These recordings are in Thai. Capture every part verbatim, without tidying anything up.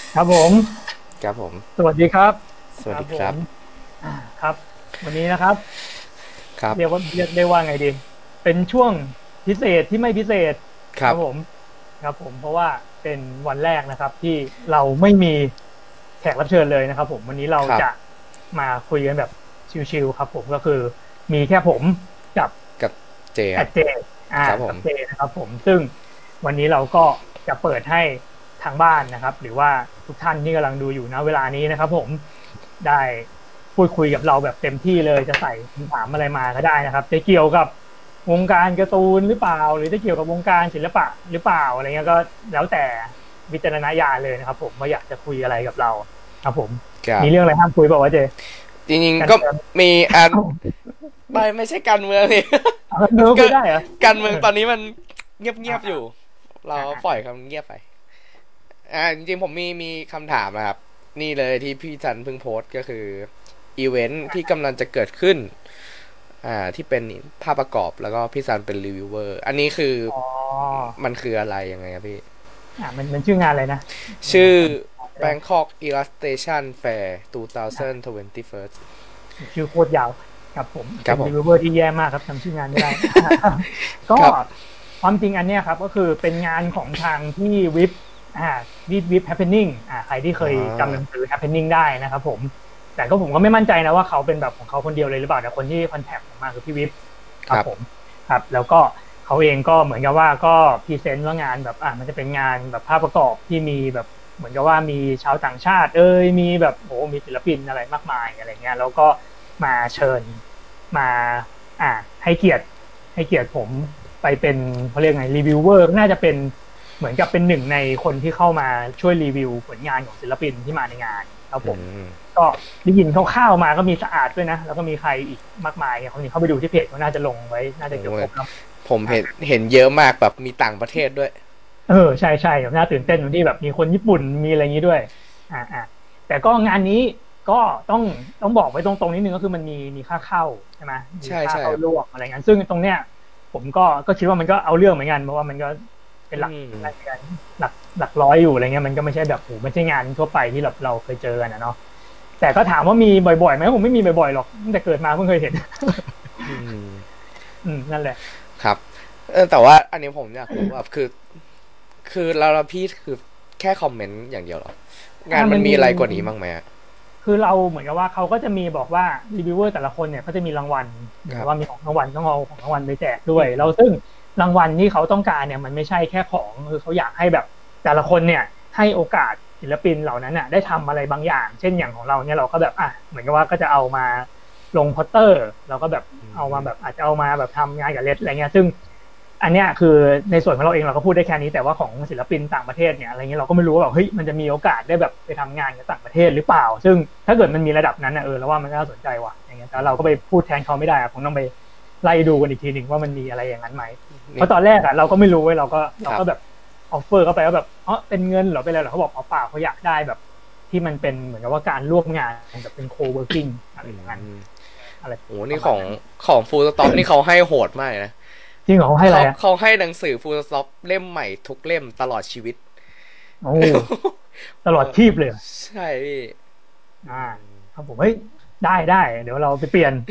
ครับผมครับผมสวัสดีครับสครับผมวัสดีครับอ่าครับวันนี้นะครับครับเรียกว่าเรียกได้ว่าไงดีเป็นช่วงพิเศษที่ไม่พิเศษครับครับผมครับผมเพราะว่าเป็นวันแรกนะครับที่เราไม่มีแขกรับเชิญเลยนะครับผมวันนี้เราครับจะมาคุยกันแบบชิลๆครับผมก็คือมีแค่ผมกับกับเจครับแอดเจอ่าครับผมกับเจนะครับผมซึ่งวันนี้เราก็จะเปิดให้ทางบ้านนะครับหรือว่าทุกท่านที่กำลังดูอยู่นะเวลานี้นะครับผมได้พูดคุยกับเราแบบเต็มที่เลยจะใส่คำถามอะไรมาก็ได้นะครับจะเกี่ยวกับวงการการ์ตูนหรือเปล่าหรือจะเกี่ยวกับวงการศิลปะหรือเปล่าอะไรเงี้ยก็แล้วแต่วิจารณญาณเลยนะครับผมว่าอยากจะคุยอะไรกับเราครับผมครับมีเรื่องอะไรห้ามคุยเปล่าวะเจจริงๆก็การเมืองมีอันไม่ไม่ใช่การเมืองนี่เอาการเมืองก็คุยได้เหรอการเมืเออองตอนนี้มันเงียบๆอยู่เราอ่าอ่าปล่อยคำเงียบไปอ่าจริงๆผมมีมีคำถามนะครับนี่เลยที่พี่จันเพิ่งโพสต์ก็คืออีเวนท์ที่กำลังจะเกิดขึ้นอ่าที่เป็นภาพประกอบแล้วก็พี่ซันเป็นรีวิวเวอร์อันนี้คืออ๋อมันคืออะไรยังไงครับพี่อ่ามันมันชื่องานอะไรนะชื่อได้ Bangkok Illustration Fair twenty twenty-one ชื่อโคตรยาวครับผมครัเป็นบผมรีวิวเวอร์ที่แย่มากครับจำชื่องานไม่ได้ ก็ครับความจริงอันเนี้ยครับก็คือเป็นงานของทางที่วิปอ่าวิปวิป happening อ่าใครที่เคอ่ยจำหนัางสือ happening ได้นะครับผมแต่ก็ผมก็ไม่มั่นใจนะว่าเขาเป็นแบบของเขาคนเดียวเลยหรือเปล่าแต่คนที่คอนแทคผมมาคือพี่วิปคครับรับผมครับแล้วก็เขาเองก็เหมือนกับว่าก็พรีเซนต์ว่างานแบบอ่ามันจะเป็นงานแบบภาพประกอบที่มีแบบเหมือนกับว่ามีชาวต่างชาติเอ้ยมีแบบโอ้มีศิลปินอะไรมากมายอะไรเงี้ยแล้วก็มาเชิญมาอ่าให้เกียรติให้เกียรติผมไปเป็นเขาเรียกไงรีวิวเวอร์น่าจะเป็นเหมือนกับเป็นหนึ่งในคนที่เข้ามาช่วยรีวิวผลงานของศิลปินที่มาในงานครับอืผมมก็ได้ยินคร่าวๆมาก็มีสะอาดด้วยนะแล้วก็มีใครอีกมากมายเนี่ยคนนี้เข้าไปดูที่เพจก็น่าจะลงไว้น่าจะเกือบโอ้ยครบแล้วผมเห็นเห็นเยอะมากแบบมีต่างประเทศด้วยเออใช่ใช่แบบน่าตื่นเต้นตรงที่แบบมีคนญี่ปุ่นมีอะไรอย่างนี้ด้วยอ่าอ่าแต่ก็งานนี้ก็ต้องต้องบอกไว้ตรงๆนิดนึงก็คือมันมีมีค่าเข้าใช่ไหมมีใช่ค่าใช่ครับเข้าร่วมอะไรเงี้ยซึ่งตรงเนี้ยผมก็ก็คิดว่ามันก็เอาเรื่องเหมือนกันเพราะว่ามันก็เป็นหลักอืมหลักหลักหลักร้อยอยู่อะไรเงี้ยมันก็ไม่ใช่แบบโหไม่ใช่งานทั่วไปที่เราเราเคยเจอกันนะเนาะแต่ก็ถามว่ามีบ่อยๆไหมผมไม่มีบ่อยๆหรอกตั้งแต่เกิดมาเพิ่งเคยเห็นอืมอืมนั่นแหละครับเออแต่ว่าอันนี้ผมอยากรู้แบบคือคือเราเราพี่คือแค่คอมเมนต์อย่างเดียวเหรองานอ่ามันมีมันมีอะไรกว่านี้บ้างไหมอะคือเราเหมือนกับว่าเขาก็จะมีบอกว่ารีวิวเวอร์แต่ละคนเนี่ยเขาจะมีรางวัลเหมือนครับกับว่ามีของรางวัลต้องเอาของรางวัลไปแจกด้วยแล้วซึ่งรางวัลที่เขาต้องการเนี่ยมันไม่ใช่แค่ของคือเขาอยากให้แบบแต่ละคนเนี่ยให้โอกาสศิลปินเหล่านั้นน่ะได้ทำอะไรบางอย่างเช่นอย่างของเราเนี่ยเราก็แบบอ่ะเหมือนกับว่าก็จะเอามาลงโพสเตอร์เราก็แบบอืเอามามแบบอาจจะเอามาแบบทำงานกับเลดอะไรเงี้ยซึ่ง อันเนี้ยคือในส่วนของเราเองเราก็พูดได้แค่นี้แต่ว่าของศิลปินต่างประเทศเนี่ยอะไรเงี้ยเราก็ไม่รู้ว่าแบบเฮ้ยมันจะมีโอกาสได้แบบไปทำงานกับต่างประเทศหรือเปล่าซึ่งถ้าเกิดมันมีระดับนั้นนะเออแล้วว่ามันน่าสนใจว่ะอย่างเงี้ยแต่เราก็ไปพูดแทนเขาไม่ได้อะผมต้องไปไล่ดูกันอีกทีหนึ่งว่ามันมีอะไรอย่างนั้นไหมเพนี่ราะตอนแรกอ่ะเราก็ไม่รู้เว้ยเราก็คเรารับก็แบบออฟเฟอร์เข้าไปว่าแบบอ๋อเป็นเงินเหรอเป็นอะไรเหรอเขาบอกอ๋อเปล่าเขาอยากได้แบบที่มันเป็นเหมือนกับว่าการร่วมงานแบบเป็นโคเวิร์กิ่งอะไรอือย่างนั้นมอะไรโหนี่ของประมาณนั้นของฟูลสต็อปนี่เขาให้โหดมากเลยนะจริงเหรอเขาให้อะไรเขาอ่ะเขาให้หนังสือฟูลสต็อปเล่มใหม่ทุกเล่มตลอดชีวิตโอ้ตลอดชีพเลยใช่พี่อ่าครับผมเฮ้ยได้ได้เดี๋ยวเราไปเปลี่ยน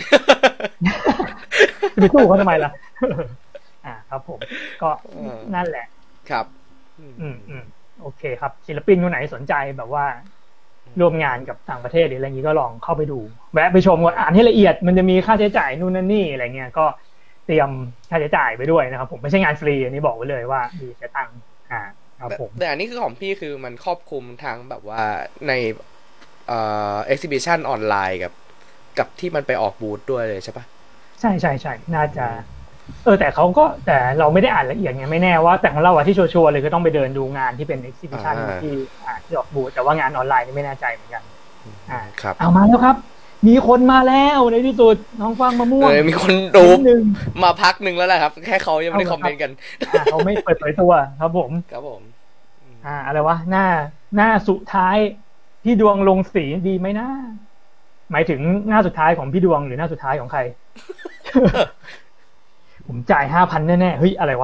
จะไปสู้เขาทำไมล่ะอ่าครับผมก็นั่นแหละครับอืมอืมโอเคครับศิลปินคนไหนสนใจแบบว่าร่วมงานกับต่างประเทศหรืออะไรอย่างนี้ก็ลองเข้าไปดูแวะไปชมก่อนอ่านให้ละเอียดมันจะมีค่าใช้จ่ายนู่นนั่นนี่อะไรเงี้ยก็เตรียมค่าใช้จ่ายไปด้วยนะครับผมไม่ใช่งานฟรีอันนี้บอกไว้เลยว่ามีเสียตังค์อ่าครับแต่ผมแต่อันนี้คือของพี่คือมันครอบคลุมทั้งแบบว่าในเอ่อ exhibition ออนไลน์กับกับที่มันไปออกบูธด้วยเลยใช่ปะใช่ใช่ใช่น่าจะ เออแต่เขาก็แต่เราไม่ได้อ่านละเอียดไงไม่แน่ว่าแต่ของเราอะที่ชัวร์ๆเลยคือต้องไปเดินดูงานที่เป็นอ่า exhibition ที่อ่าที่ออกบูธแต่ว่างานออนไลน์นี่ไม่แน่ใจเหมือนกันอ่าครับเอามาแล้วครับมีคนมาแล้วในที่สุดน้องฟางมะม่วงเออมีคนดูนิดนึงมาพักหนึ่งแล้วแหละครับแค่เขายังไม่เอาละครับได้คอมเมนต์กันอ่าเขาไม่เปิดเผยตัวครับผมครับผมอ่าอะไรวะหน้าหน้าสุดท้ายพี่ดวงลงสีดีไหมนะหมายถึงหน้าสุดท้ายของพี่ดวงหรือหน้าสุดท้ายของใครผมจ่ายห้าพันแน่ๆเฮ้ยอะไรวะ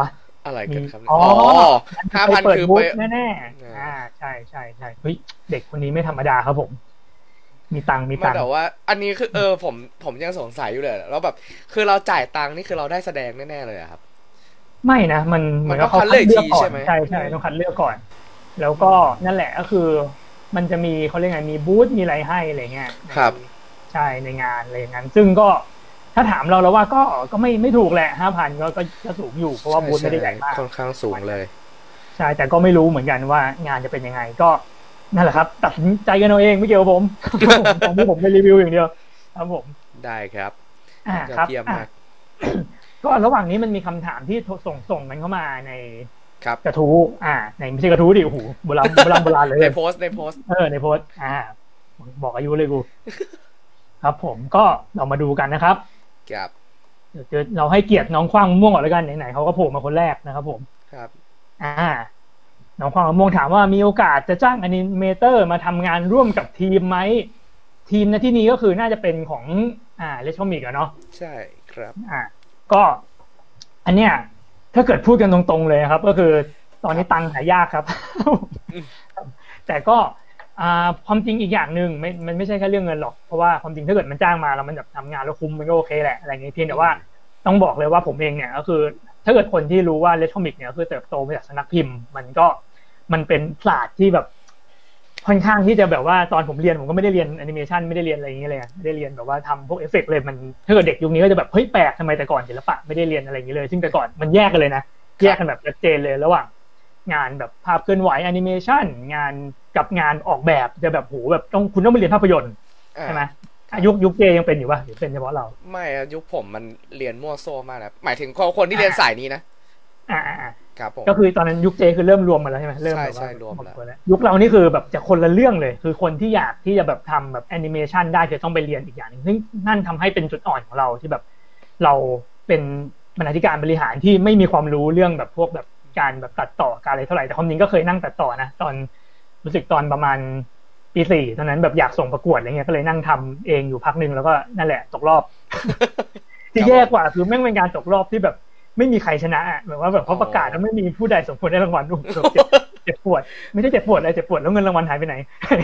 อะไรกันครับอ๋อห้าพันคือไปแน่ๆอ่าใช่ใช่ใช่เฮ้ยเด็กคนนี้ไม่ธรรมดาครับผมมีตังค์มีตังค์แต่ว่าอันนี้คือเออผมผมยังสงสัยอยู่เลยแล้วแบบคือเราจ่ายตังค์นี่คือเราได้แสดงแน่ๆเลยครับไม่นะมันเหมือนกับเขาคัดเลือกก่อนใช่ใช่ต้องคัดเลือกก่อนแล้วก็นั่นแหละก็คือมันจะมีเขาเรียกไงมีบูธมีอะไรให้อะไรเงี้ยครับใช่ในงานอะไรอย่างนั้นซึ่งก็ถ้าถามเราแล้วว่าก็ก็ไม่ไม่ถูกแหละห้าพันก็ก็สูงอยู่เพราะว่าบูธไม่ได้ใหญ่มากค่อนข้างสูงเลยใช่แต่ก็ไม่รู้เหมือนกันว่างานจะเป็นยังไงก็นั่นแหละครับตัดสินใจกันเอาเองไม่เกี่ยวกับผมตอนนี้ผมไปรีวิวอย่างเดียวครับผมได้ครับอ่าครับก็ระหว่างนี้มันมีคำถามที่ส่งส่งมันเข้ามาในกระทู้อ่าในไม่ใช่กระทู้ดิโอ้โหโบราณโบราณโบราณเลยในโพสในโพสเออในโพสอ่าบอกอายุเลยกูครับผมก็เรามาดูกันนะครับครับเดี๋ยวเราให้เกียรติน้องขว้างม่วงก่อนแล้วกันไหนๆเขาก็โผล่มาคนแรกนะครับผมครับอ่าน้องขว้างม่วงถามว่ามีโอกาสจะจ้างอนิเมเตอร์มาทำงานร่วมกับทีมไหมทีมในที่นี้ก็คือน่าจะเป็นของอ่าเลชมิกอะเนาะใช่ครับอ่าก็อันเนี้ยถ้าเกิดพูดกันตรงๆเลยครับก็คือตอนนี้ตังค์หายากครับแต่ก็อ่าความจริงอีกอย่างนึงไม่มันไม่ใช่แค่เรื่องเงินหรอกเพราะว่าความจริงถ้าเกิดมันจ้างมาแล้วมันแบบทำงานแล้วคุ้มมันก็โอเคแหละอะไรอย่างเงี้ยเพียงแต่ว่าต้องบอกเลยว่าผมเองเนี่ยก็คือถ้าเกิดคนที่รู้ว่าเลทอมิกเนี่ยคือเติบโตมาจากสำนักพิมพ์มันก็มันเป็นศาสตร์ที่แบบค่อนข้างที่จะแบบว่าตอนผมเรียนผมก็ไม่ได้เรียนแอนิเมชันไม่ได้เรียนอะไรอย่างเงี้ยเลยไม่ได้เรียนแบบว่าทำพวกเอฟเฟกต์เลยมันถ้าเกิดเด็กยุคนี้ก็จะแบบเฮ้ยแปลกทำไมแต่ก่อนศิลปะไม่ได้เรียนอะไรอย่างเงี้ยเลยซึ่งแต่ก่อนมันแยกกันเลยนะแยกกันแบบชัดเจนเลยระหว่างงานแบบภาพเคลื่อนไหวแอนิเมชันงานกับงานออกแบบจะแบบโหแบบต้องคุณต้องไปเรียนภาพยนตร์ใช่ไหมยุคยุคเจยังเป็นอยู่ป่ะหรือเป็นเฉพาะเราไม่ยุคผมมันเรียนมั่วโซ่มากนะหมายถึงคนที่เรียนสายนี้นะอ่าครับผมก็คือตอนนั้นยุคเจคือเริ่มรวมมาแล้วใช่ไหมเริ่มแบบว่ารวมแล้วยุคเรานี่คือแบบจะคนละเรื่องเลยคือคนที่อยากที่จะแบบทำแบบแอนิเมชันได้จะต้องไปเรียนอีกอย่างนึงซึ่งนั่นทำให้เป็นจุดอ่อนของเราที่แบบเราเป็นบรรณาธิการบริหารที่ไม่มีความรู้เรื่องแบบพวกแบบการแบบตัดต่อการอะไรเท่าไหร่แต่ความจริงก็เคยนั่งตัดต่อนะตอนรู้สึกตอนประมาณปีสี่ตอนนั้นแบบอยากส่งประกวดอะไรเงี้ยก็เลยนั่งทำเองอยู่พักนึงแล้วก็นั่นแหละตกรอบที่แย่กว่าคือแม่งเป็นการตกรอบที่แบบไม่มีใครชนะอ่ะแบบว่าแบบเขาประกาศแล้วไม่มีผู้ใดสมควรได้รางวัลดูเจ็บปวดไม่ใช่เจ็บปวดอะไรเจ็บปวดแล้วเงินรางวัลหายไปไหน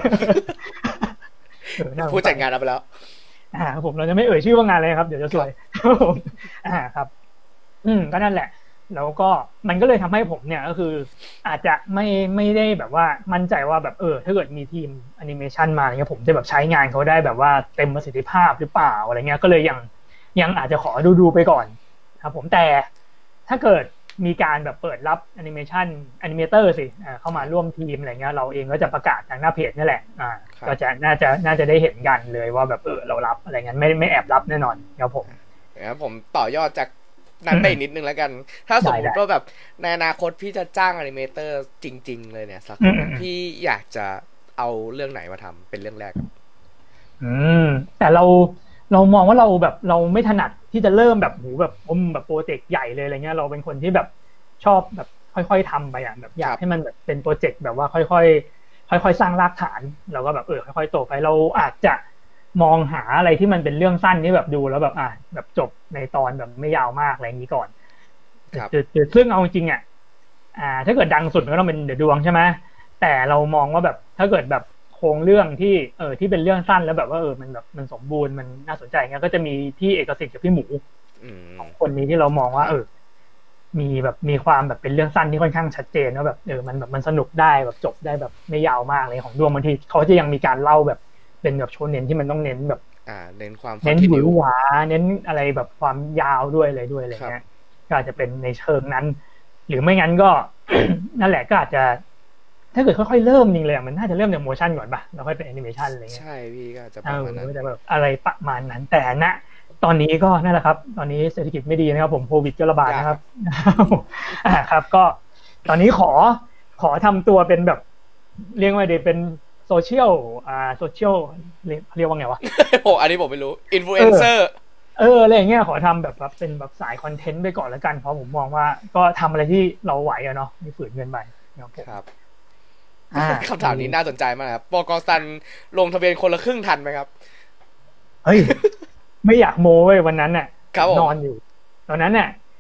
ผู้จัดงานเอาไปแล้วอ่าผมเราจะไม่เอ่ยชื่อว่างานเลยครับเดี๋ยวจะสวยครับผมอ่าครับอืมก็นั่นแหละแล้วก็มันก็เลยทำให้ผมเนี่ยก็คืออาจจะไม่ไม่ได้แบบว่ามั่นใจว่าแบบเออถ้าเกิดมีทีมแอนิเมชันมาเนี่ยผมจะแบบใช้งานเขาได้แบบว่าเต็มประสิทธิภาพหรือเปล่าอะไรเงี้ยก็เลยยังยังอาจจะขอดูดูไปก่อนครับผมแต่ถ้าเกิดมีการแบบเปิดรับแอนิเมชันแอนิเมเตอร์สิเข้ามาร่วมทีมอะไรเงี้ยเราเองก็จะประกาศทางหน้าเพจนี่แหละอ่าก็จะน่าจะน่าจะได้เห็นกันเลยว่าแบบเออเรารับอะไรเงี้ยไม่ไม่แอบรับแน่นอนครับผมครับผมต่อยอดจากนั้นไปนิดนึงแล้วกันถ้าสมมติว่าแบบในอนาคตพี่จะจ้างอนิเมเตอร์จริงๆเลยเนี่ยสักพี่อยากจะเอาเรื่องไหนมาทำเป็นเรื่องแรกอืมแต่เราเรามองว่าเราแบบเราไม่ถนัดที่จะเริ่มแบบหูแบบอมแบบโปรเจกต์ใหญ่เลยอะไรเงี้ยเราเป็นคนที่แบบชอบแบบค่อยๆทำไปอ่ะแบบอยากให้มันแบบเป็นโปรเจกต์แบบว่าค่อยๆค่อยๆสร้างรากฐานเราก็แบบเออค่อยๆโตไปเราอาจจะมองหาอะไรที่มันเป็นเรื่องสั้นที่แบบดูแล้วแบบอ่ะแบบจบในตอนแบบไม่ยาวมากอะไรอย่างนี้ก่อนจุดซึ่งเอาจริงอ่ะอ่าถ้าเกิดดังสุดมันก็ต้องเป็นเดอะดวงใช่ไหมแต่เรามองว่าแบบถ้าเกิดแบบโครงเรื่องที่เออที่เป็นเรื่องสั้นแล้วแบบว่าเออมันแบบมันสมบูรณ์มันน่าสนใจเงี้ยก็จะมีที่เอกสิทธิ์กับพี่หมูสองคนนี้ที่เรามองว่าเออมีแบบมีความแบบเป็นเรื่องสั้นที่ค่อนข้างชัดเจนว่าแบบเออมันแบบมันสนุกได้แบบจบได้แบบไม่ยาวมากเลยของดวงบางทีเขาจะยังมีการเล่าแบบเป็นแบบโชเน้นที่มันต้องเน้นแบบอ่าเน้นความเน้นหวือหวาเน้นอะไรแบบความยาวด้วยอะไรด้วยอะไรเงี้ยก็อาจจะเป็นในเชิงนั้นหรือไม่งั้นก็ นั่นแหละก็อาจจะถ้าเกิดค่อยๆเริ่มจริงเลยมันน่าจะเริ่มจากโมชั่นก่อนป่ะแล้วค่อยเป็นแอนิเมชันอะไรเงี้ยใช่พี่ก็จะประมาณนั้นจะแบบอะไรประมาณนั้นแต่ณตอนนี้ก็นั่นแหละครับตอนนี้เศรษฐกิจไม่ดีนะครับผมโควิดก็ระบาดนะครับอ่าครับก็ตอนนี้ขอขอทำตัวเป็นแบบเรียกว่าเดี๋ยวเป็นโซเชียลอ่าโซเชียลเรียกว่าไงวะโอ้อันนี้ผมไม่รู้อินฟลูเอนเซอร์เอออะไรอย่างเงี้ยขอทำแบบแบบเป็นแบบสายคอนเทนต์ไปก่อนแล้วกันเพราะผมมองว่าก็ทำอะไรที่เราไหวอะเนาะไม่ฝืนเงินไปครับคำถามนี้น่าสนใจมากครับปกซันลงทะเบียนคนละครึ่งทันไหมครับเฮ้ยไม่อยากโม้เว้ยวันนั้นน่ะนอนอยู่ตอนนั้นน่ะ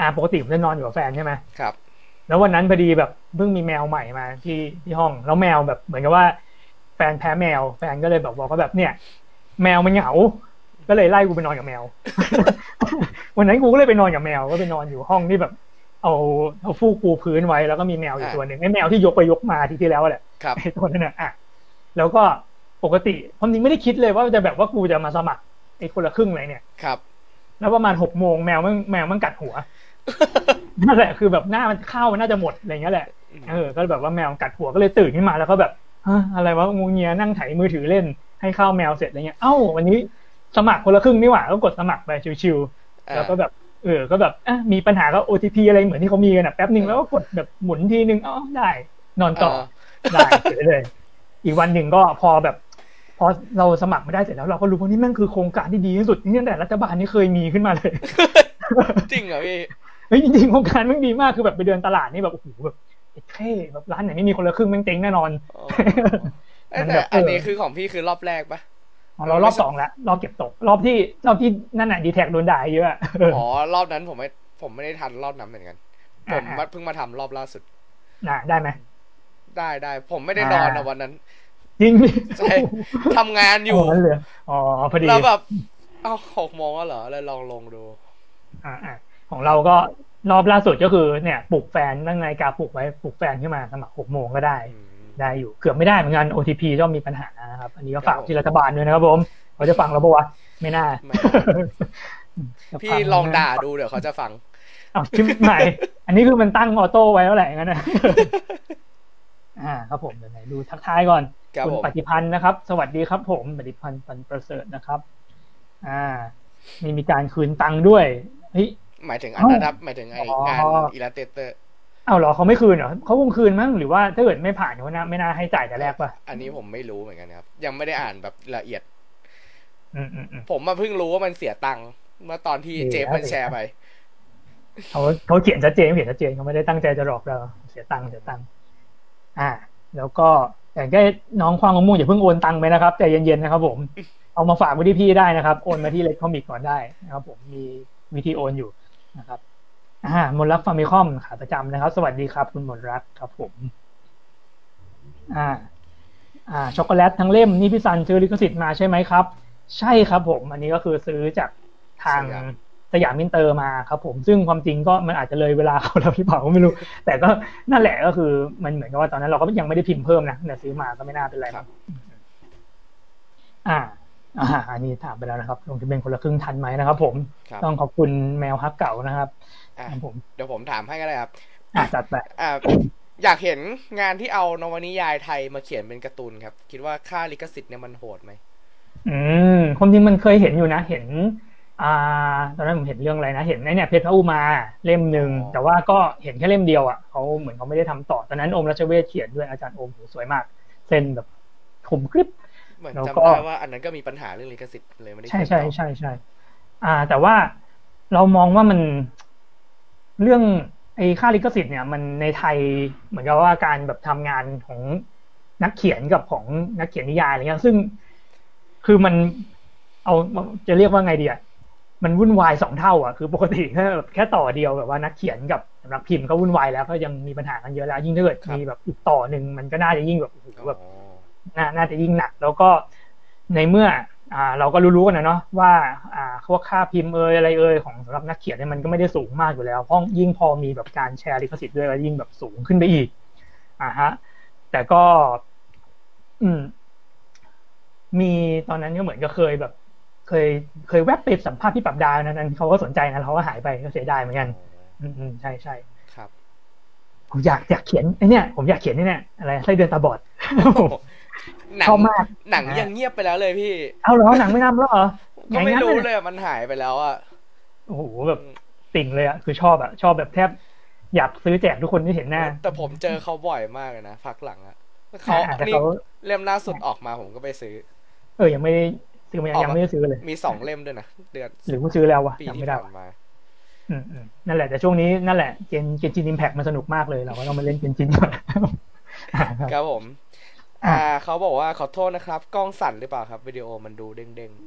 อ่าปกติผมจะนอนอยู่กับแฟนใช่ไหมครับแล้ววันนั้นพอดีแบบเพิ่งมีแมวใหม่มาที่ที่ห้องแล้วแมวแบบเหมือนกับว่าแฟนแพ้แมวแฟนก็เลยแบบบอกว่าแบบเนี่ยแมวมันเหงาก็เลยไล่กูไปนอนกับแมว วันนั้นกูก็เลยไปนอนกับแมวก็ไปนอนอยู่ห้องที่แบบเอาเอาฟูกปูพื้นไว้แล้วก็มีแมวอยู่ตัวหนึ่งไอ้แมวที่ยกไปยกมาที่ที่แล้วแหละไอ้ตัวนั้นน่ะอ่ะแล้วก็ปกติความจริงไม่ได้คิดเลยว่าจะแบบว่ากูจะมาสมัครไอ้คนละครึ่งอะไรเนี่ยครับแล้วประมาณหกโมงแมวมันแมวมันกัดหัวนั่นแหละคือแบบหน้ามันเข้าน่าจะหมดอะไรเงี้ยแหละเออก็แบบว่าแมวกัดหัวก็เลยตื่นขึ้นมาแล้วก็แบบอะไรวะงูเงียนั่งไถมือถือเล่นให้ข้าวแมวเสร็จอะไรเงี้ยเอ้าวันนี้สมัครคนละครึ่งนี่หว่าก็กดสมัครไปชิวๆแล้วก็แบบเออก็แบบอ่ะมีปัญหาก็ โอ ที พี อะไรเหมือนที่เขามีกันอ่ะแป๊บนึงแล้วก็กดแบบหมุนทีนึงอ๋อได้นอนต่อได้เลยอีกวันหนึ่งก็พอแบบพอเราสมัครไม่ได้เสร็จแล้วเราก็รู้ว่านี่แม่งคือโครงการที่ดีที่สุดที่ตั้งแต่รัฐบาลนี้เคยมีขึ้นมาเลยจริงเหรอพี่เฮ้ยจริงๆโครงการแม่งดีมากคือแบบไปเดินตลาดนี่แบบโอ้โหแบบเท่แบบร้านไหนไม่มีคนละครึ่งแม่งเจ๊งแน่นอนแต่อันนี้คือของพี่คือรอบแรกปะเรารอบสองแล้วรอบเก็บตกรอบที่รอบที่นั่นน่ะดีแท็กโดนด่าเยอะอ๋อรอบนั้นผมไม่ผมไม่ได้ทันรอบนั้นเหมือนกันผมเพิ่งมาทำรอบล่าสุดน่ะได้ไหมได้ได้ผมไม่ได้นอนนะวันนั้นจริงใช่ทำงานอยู่อ๋อพอดีแล้วแบบเอ้าหกโมงแล้วเหรอเลยลองลงดูอ่าของเราก็รอบล่าสุดก็คือเนี่ยปลุกแฟนตั้งนาฬิกาปลุกไว้ปลุกแฟนขึ้นมาสมัครหกโมงก็ได้ได้อยู่เกือบไม่ได้เหมือนกัน โอ ที พี ก็มีปัญหานะครับอันนี้ก็ฝากที่รัฐบาลด้วยนะครับผมเขาจะฟังเราปะวะไม่น่าพี่ลองด่าดูเดี๋ยวเขาจะฟังอ้าวชิมใหม่อันนี้คือมันตั้งออโต้ไว้แล้วแหละงั้นนะอ่าครับผมเดี๋ยวไหนดูทักทายก่อนคุณปฏิพันธ์นะครับสวัสดีครับผมปฏิพันธ์ปันประเสริฐนะครับอ่ามีมีการคืนตังค์ด้วยเฮ้ยหมายถึงอันนั้นหมายถึงไอ้งาน Illustrator อ้าวเหรอเขาไม่คืนเหรอเขาคงคืนมั้งหรือว่าถ้าเกิดไม่ผ่านเขาน่าไม่น่าให้จ่ายแต่แรกป่ะอันนี้ผมไม่รู้เหมือนกันครับยังไม่ได้อ่านแบบละเอียดอืมๆผมมาเพิ่งรู้ว่ามันเสียตังค์เมื่อตอนที่เจฟมันแชร์ไปเขาเขาเขียนชัดเจนเขียนชัดเจนเขาไม่ได้ตั้งใจจะหลอกเราเสียตังค์เสียตังค์อ่าแล้วก็แต่แค่น้องควางมะม่วงอย่าเพิ่งโอนตังค์ไปนะครับใจเย็นๆนะครับผมเอามาฝากไว้ที่พี่ได้นะครับโอนมาที่เล็กคอมิกก่อนได้นะครับผมมีวิธีโอนอยู่นะครับอ่ามนรักฟาร์มิคอมขาประจำนะครับสวัสดีครับคุณมนรักครับผมอ่าอ่าช็อกโกแลตทั้งเล่มนี่พี่ซันซื้อลิขสิทธิ์มาใช่ไหมครับใช่ครับผมอันนี้ก็คือซื้อจากทางสยามมินเตอร์มาครับผมซึ่งความจริงก็มันอาจจะเลยเวลาเขาแล้วพี่เผาก็ไม่รู้แต่ก็นั่นแหละก็คือมันเหมือนกับว่าตอนนั้นเราก็ยังไม่ได้พิมพ์เพิ่มนะแต่ซื้อมาก็ไม่น่าเป็นไรครับอ่าอ่าอันนี้ถามไปแล้วนะครับลงทะเบียนคนละครึ่งทันไหมนะครับผมต้องขอบคุณแมวฮักเก่านะครับผมเดี๋ยวผมถามให้ก็ได้ครับอ่าจัดไปอ่าอยากเห็นงานที่เอานวนิยายไทยมาเขียนเป็นการ์ตูนครับคิดว่าค่าลิขสิทธิ์เนี่ยมันโหดไหมอืมความจริงมันเคยเห็นอยู่นะเห็นอ่าตอนนั้นผมเห็นเรื่องอะไรนะเห็นไอ้เนี่ยเพชรพระอุมาเล่มนึงแต่ว่าก็เห็นแค่เล่มเดียวอ่ะเขาเหมือนเขาไม่ได้ทำต่อตอนนั้นโอมรัชเวชเขียนด้วยอาจารย์โอมโหสวยมากเส้นแบบคมกริบเหมือนจำได้ว่าอันนั้นก็มีปัญหาเรื่องลิขสิทธิ์เลยไม่ได้ใช่ใช่ใช่ใช่อ่าแต่ว่าเรามองว่ามันเรื่องไอ้ค่าลิขสิทธิ์เนี่ยมันในไทยเหมือนกับว่าการแบบทำงานของนักเขียนกับของนักเขียนนิยายอะไรเงี้ยซึ่งคือมันเอาจะเรียกว่าไงดีอ่ะมันวุ่นวายสองเท่าอ่ะคือปกติแค่แค่ต่อเดียวแบบว่านักเขียนกับนักพิมพ์ก็วุ่นวายแล้วก็ยังมีปัญหากันเยอะแล้วยิ่งถ้าเกิดมีแบบอีกต่อหนึ่งมันก็น่าจะยิ่งแบบแบบน่าน่าจะยิ่งหนักแล้วก็ในเมื่ออ่าเราก็รู้ๆกันนะเนาะว่าอ่าพวกค่าพิมพ์เอยอะไรเอยของสำหรับนักเขียนเนี่ยมันก็ไม่ได้สูงมากอยู่แล้วเพราะยิ่งพอมีแบบการแชร์ลิขสิทธิ์ด้วยก็ยิ่งแบบสูงขึ้นไปอีกอ่าฮะแต่ก็อืมมีตอนนั้นก็เหมือนก็เคยแบบเคยเคยแวบไปสัมภาษณ์พี่ปรับดาวนั้นเขาก็สนใจนะเขาก็หายไปก็เสียดายเหมือนกันอืมอืมใช่ใช่ครับผมอยากอยากเขียนไอ้เนี่ยผมอยากเขียนนี่เนี่ยอะไรไส้เดือนตาบอดชอบมากหนังยังเงียบไปแล้วเลยพี่เอาเหรอหนังไม่นำแล้วเหรอก็ไม่รู้เลยมันหายไปแล้วอ่ะโอ้โหแบบติ่งเลยอ่ะคือชอบอ่ะชอบแบบแทบอยากซื้อแจกทุกคนที่เห็นหน้าแต่ผมเจอเขาบ่อยมากเลยนะพักหลังอ่ะเขานี่เล่มล่าสุดออกมาผมก็ไปซื้อเออยังไม่ซื้อยังไม่ได้ซื้อเลยมีสองเล่มด้วยนะเดือนหรือกูซื้อแล้ววะจำไม่ได้อืมๆนั่นแหละแต่ช่วงนี้นั่นแหละเกมเกมจินอิมแพคมันสนุกมากเลยเราก็ต้องมาเล่นเกมจินก่อนครับผมอ่าเขาบอกว่าขอโทษนะครับกล้องสั่นหรือเปล่าครับวิดีโอมันดูเด้ง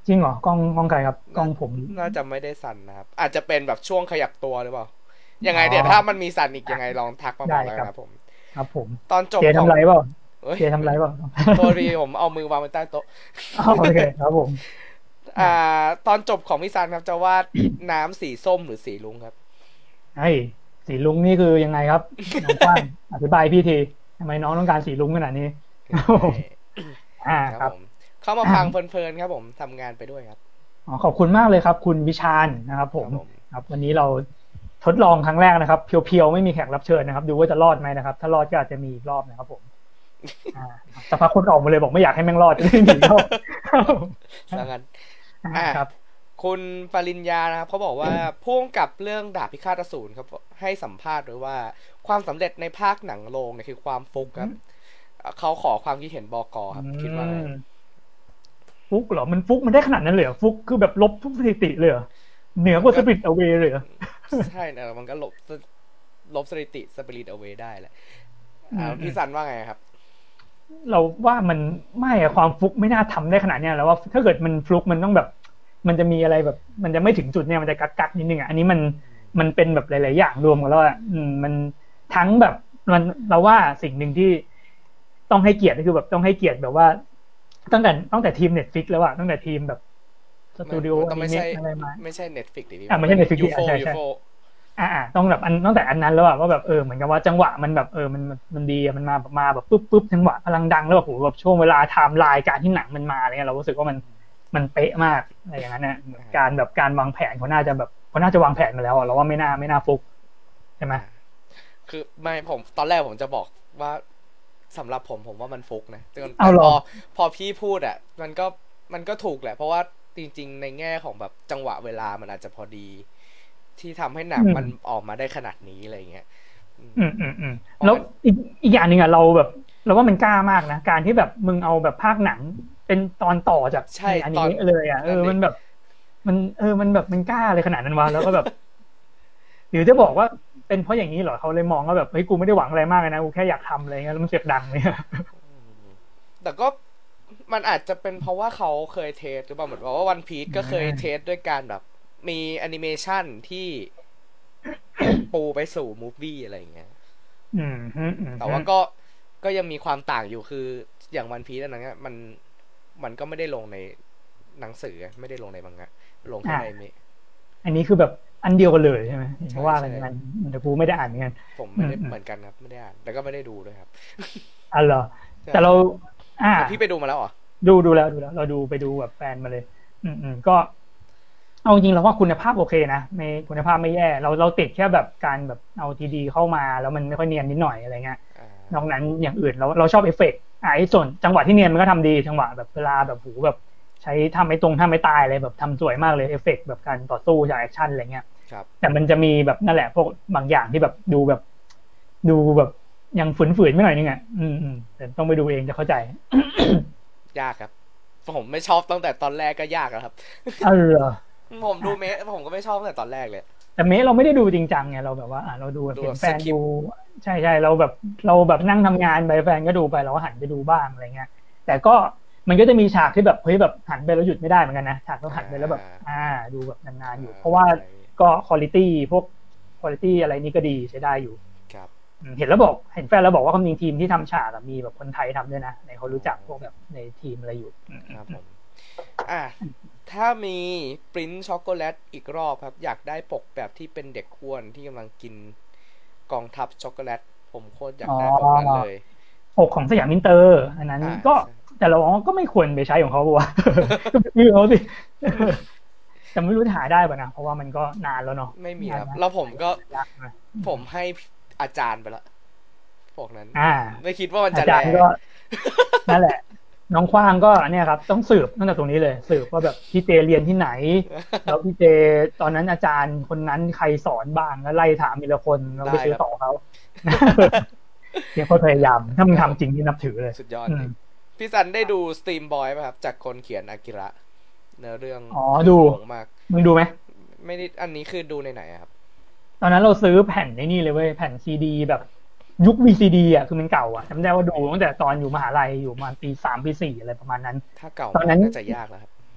จริงเหรอกล้องกล้องใครครับกล้องผมน่าจะไม่ได้สั่นนะครับอาจจะเป็นแบบช่วงขยับตัวหรือเปล่ายังไงอ๋อเดี๋ยวถ้ามันมีสั่นอีกยังไงลองทักมาบได้อกแล้วครับนะครับผมครับผมตอนจเจบของทำไรเปล่าเอ้ยเจทำไรเปล่าโทษทีผมเอามือวางไว้ใต้โต๊ะอ๋อโอเคครับผมอ่าตอนจบของพี่ซันครับจะวาดน้ำสีส้มหรือสีรุ้งครับไอ้สีลุงนี่คือยังไงครับน้องกว้างอธิบายพี่ทีทำไมน้องต้องการสีลุงขนาดนี้ครับผมอ่าครับครับผมเข้ามาฟังเพลินๆครับผมทำงานไปด้วยครับอ๋อขอบคุณมากเลยครับคุณวิชาญนะครับผมครับผมครับวันนี้เราทดลองครั้งแรกนะครับเพียวๆไม่มีแขกรับเชิญนะครับดูว่าจะรอดไหมนะครับถ้ารอดก็อาจจะมีอีกรอบนะครับผมอ่าสักพักคนออกมาเลยบอกไม่อยากให้แม่งรอดจะได้หนีรอบสังกันครับคุณปริญญานะครับเขาบอกว่าพ่วงกับเรื่องดาบพิฆาตอสูรครับให้สัมภาษณ์ไว้ว่าความสำเร็จในภาคหนังโรงเนี่ยคือความฟุกครับเขาขอความคิดเห็นบก.ครับคิดว่าไงฟุกเหรอมันฟุกมันได้ขนาดนั้นเลยเหรอฟุกคือแบบลบทุกสถิติเลยเหรอเหนือกว่าสปิริตเอาเวเลยเหรอใช่นะมันก็ลบลบสถิติสปิริตเอาเวได้แหละพี่สันว่าไงครับเราว่ามันไม่อะความฟุกไม่น่าทำได้ขนาดนี้แล้วว่าถ้าเกิดมันฟลุกมันต้องแบบมันจะมีอะไรแบบมันจะไม่ถึงจุดเนี่ยมันจะกักกักนิดนึงอ่ะอันนี้มันมันเป็นแบบหลายๆอย่างรวมกันแล้วอ่ะมันทั้งแบบมันเราว่าสิ่งหนึ่งที่ต้องให้เกียรติก็คือแบบต้องให้เกียรติแบบว่าตั้งแต่ตั้งแต่ทีม Netflix แล้วอ่ะตั้งแต่ทีมแบบสตูดิโอไม่ใช่อะไรมาไม่ใช่ Netflix ดิพี่อ่ะไม่ใช่ Netflix ยูโฟใช่ยูโฟอ่าต้องแบบอันตั้งแต่อันนั้นแล้วอ่ะว่าแบบเออเหมือนกับว่าจังหวะมันแบบเออมันมันดีอ่ะมันมาแบบมาแบบปุ๊บปุ๊บจังหวะพลังดังแล้วแบบโหแบบช่วงเวลาไทม์ไลน์การที่หนังมันมาอะไรเงี้ยเรารู้สึกว่ามันมันเป๊ะมากอะไรอย่างนั้นเนี่ยการแบบการวางแผนเขาน่าจะแบบเขาน่าจะวางแผนมาแล้วอ่ะเราว่าไม่น่าไม่น่าฟุกใช่ไหมคือไม่ผมตอนแรกผมจะบอกว่าสำหรับผมผมว่ามันฟุกนะแต่พอพอพี่พูดอ่ะมันก็มันก็ถูกแหละเพราะว่าจริงๆในแง่ของแบบจังหวะเวลามันอาจจะพอดีที่ทำให้หนังมันออกมาได้ขนาดนี้อะไรเงี้ยอืมอืมอืมแล้วอีกอีกอย่างหนึ่งอ่ะเราแบบเราว่ามันกล้ามากนะการที่แบบมึงเอาแบบภาคหนังเป็นตอนต่อจากอันนี้เลยอ่ะเออมันแบบมันเออมันแบบมันกล้าเลยขนาดนั้นวะแล้วก็แบบหรือจะบอกว่าเป็นเพราะอย่างนี้เหรอเขาเลยมองว่าแบบเฮ้ยกูไม่ได้หวังอะไรมากเลยนะกูแค่อยากทำอะไรเงี้ยแล้วมันเสียงดังเนี่ยแต่ก็มันอาจจะเป็นเพราะว่าเขาเคยเทสหรือเปล่าเหมือนว่าวันพีซก็เคยเทสด้วยการแบบมีแอนิเมชันที่ปูไปสู่มูฟวี่อะไรอย่างเงี้ยแต่ว่าก็ก็ยังมีความต่างอยู่คืออย่างวันพีซนั่นนะมันมันก็ไม่ได้ลงในหนังสือไม่ได้ลงในมังงะลงแค่ในนี้อันนี้คือแบบอันเดียวกันเลยใช่ไหมเพราะว่ากันมันแต่กูไม่ได้อ่านเหมือนกันผมไม่ได้เหมือนกันครับไม่ได้อ่านแล้วก็ไม่ได้ดูด้วยครับอ๋อเหรอแต่เราอ่าพี่ไปดูมาแล้วเหรอดูดูแล้วดูแล้วเราดูไปดูแบบแฟนมาเลยอืมอืมก็เอาจริงเราว่าคุณภาพโอเคนะไม่คุณภาพไม่แย่เราเราติดแค่แบบการแบบเอาทีดีเข้ามาแล้วมันไม่ค่อยเนียนนิดหน่อยอะไรเงี้ยนอกนั้นอย่างอื่นเราเราชอบเอฟเฟกต์อ่ะไอ้ส่วนจังหวะที่เนียนมันก็ทำดีจังหวะแบบเวลาแบบหูแบบใช้ทำไม่ตรงทำไม่ตายอะไรแบบทำสวยมากเลยเอฟเฟกต์แบบการต่อสู้จากแอคชั่นอะไรเงี้ยแต่มันจะมีแบบนั่นแหละพวกบางอย่างที่แบบดูแบบดูแบบยังฝืนๆไม่หน่อยนึงอ่ะอืมอืมแต่ต้องไปดูเองจะเข้าใจยากครับผมไม่ชอบตั้งแต่ตอนแรกก็ยากแล้วครับเออผมดูเมะผมก็ไม่ชอบตั้งแต่ตอนแรกเลยแต่เมะเราไม่ได้ดูจริงจังไงเราแบบว่าอ่ะเราดูเห็นแฟนดูใช่ใช่เราแบบเราแบบนั่งทำงานไปแฟนก็ดูไปเราก็หันไปดูบ้างอะไรเงี้ยแต่ก็มันก็จะมีฉากที่แบบเฮ้ยแบบหันไปแล้วหยุดไม่ได้เหมือนกันนะฉากเราหันไปแล้วแบบอ่าดูแบบนานๆอยู่เพราะว่าก็คุณภาพพวกคุณภาพอะไรนี่ก็ดีใช้ได้อยู่ครับเห็นแล้วบอกเห็นแฟนแล้วบอกว่าความจริงทีมที่ทำฉากมีแบบคนไทยทำด้วยนะในเขารู้จักพวกแบบในทีมอะไรอยู่ครับผมอ่ะถ้ามีปริ้นช็อกโกแลตอีกรอบครับอยากได้ปกแบบที่เป็นเด็กอ้วนที่กำลังกินกองทัพช็อกโกแลตผมโคตรอยากได้ปกนั้นเลยปกของสยามอินเตอร์อันนั้นก็แต่เราก็ไม่ควรไปใช้ของเขาป่ะก็ไปยืมเขาสิแต่ไม่รู้จะหาได้ป่ะนะเพราะว่ามันก็นานแล้วเนาะไม่มีครับแล้วผมก็ผมให้อาจารย์ไปแล้วปกนั้นไม่คิดว่ามันจะแรงนั่นแหละน้องคว้างก็เนี่ยครับต้องสืบตั้งแต่ตรงนี้เลยสืบว่าแบบพี่เจเรียนที่ไหนแล้วพี่เจตอนนั้นอาจารย์คนนั้นใครสอนบ้างแล้วไล่ถามมีละคนแล้วไปซื้อต่อเขาเนี่ยเขาพยายามถ้ามึงทำจริงนี่นับถือเลยสุดยอดพี่ซันได้ดูสตรีมบอยไหมครับจากคนเขียนอากิระเนื้อเรื่องอ๋อดูมากมึงดูไหมไม่ได้อันนี้คือดูในไหนครับตอนนั้นเราซื้อแผ่นในนี่เลยเว้ยแผ่นซีดีแบบยุค วี ซี ดี อ่ะคือมันเก่าอ่ะจำได้ว่าดูตั้งแต่ตอนอยู่มหาลัยอยู่ประมาณปีสามปีสี่อะไรประมาณนั้นถ้าเก่าตอนนั้นจะยากแล้วครับ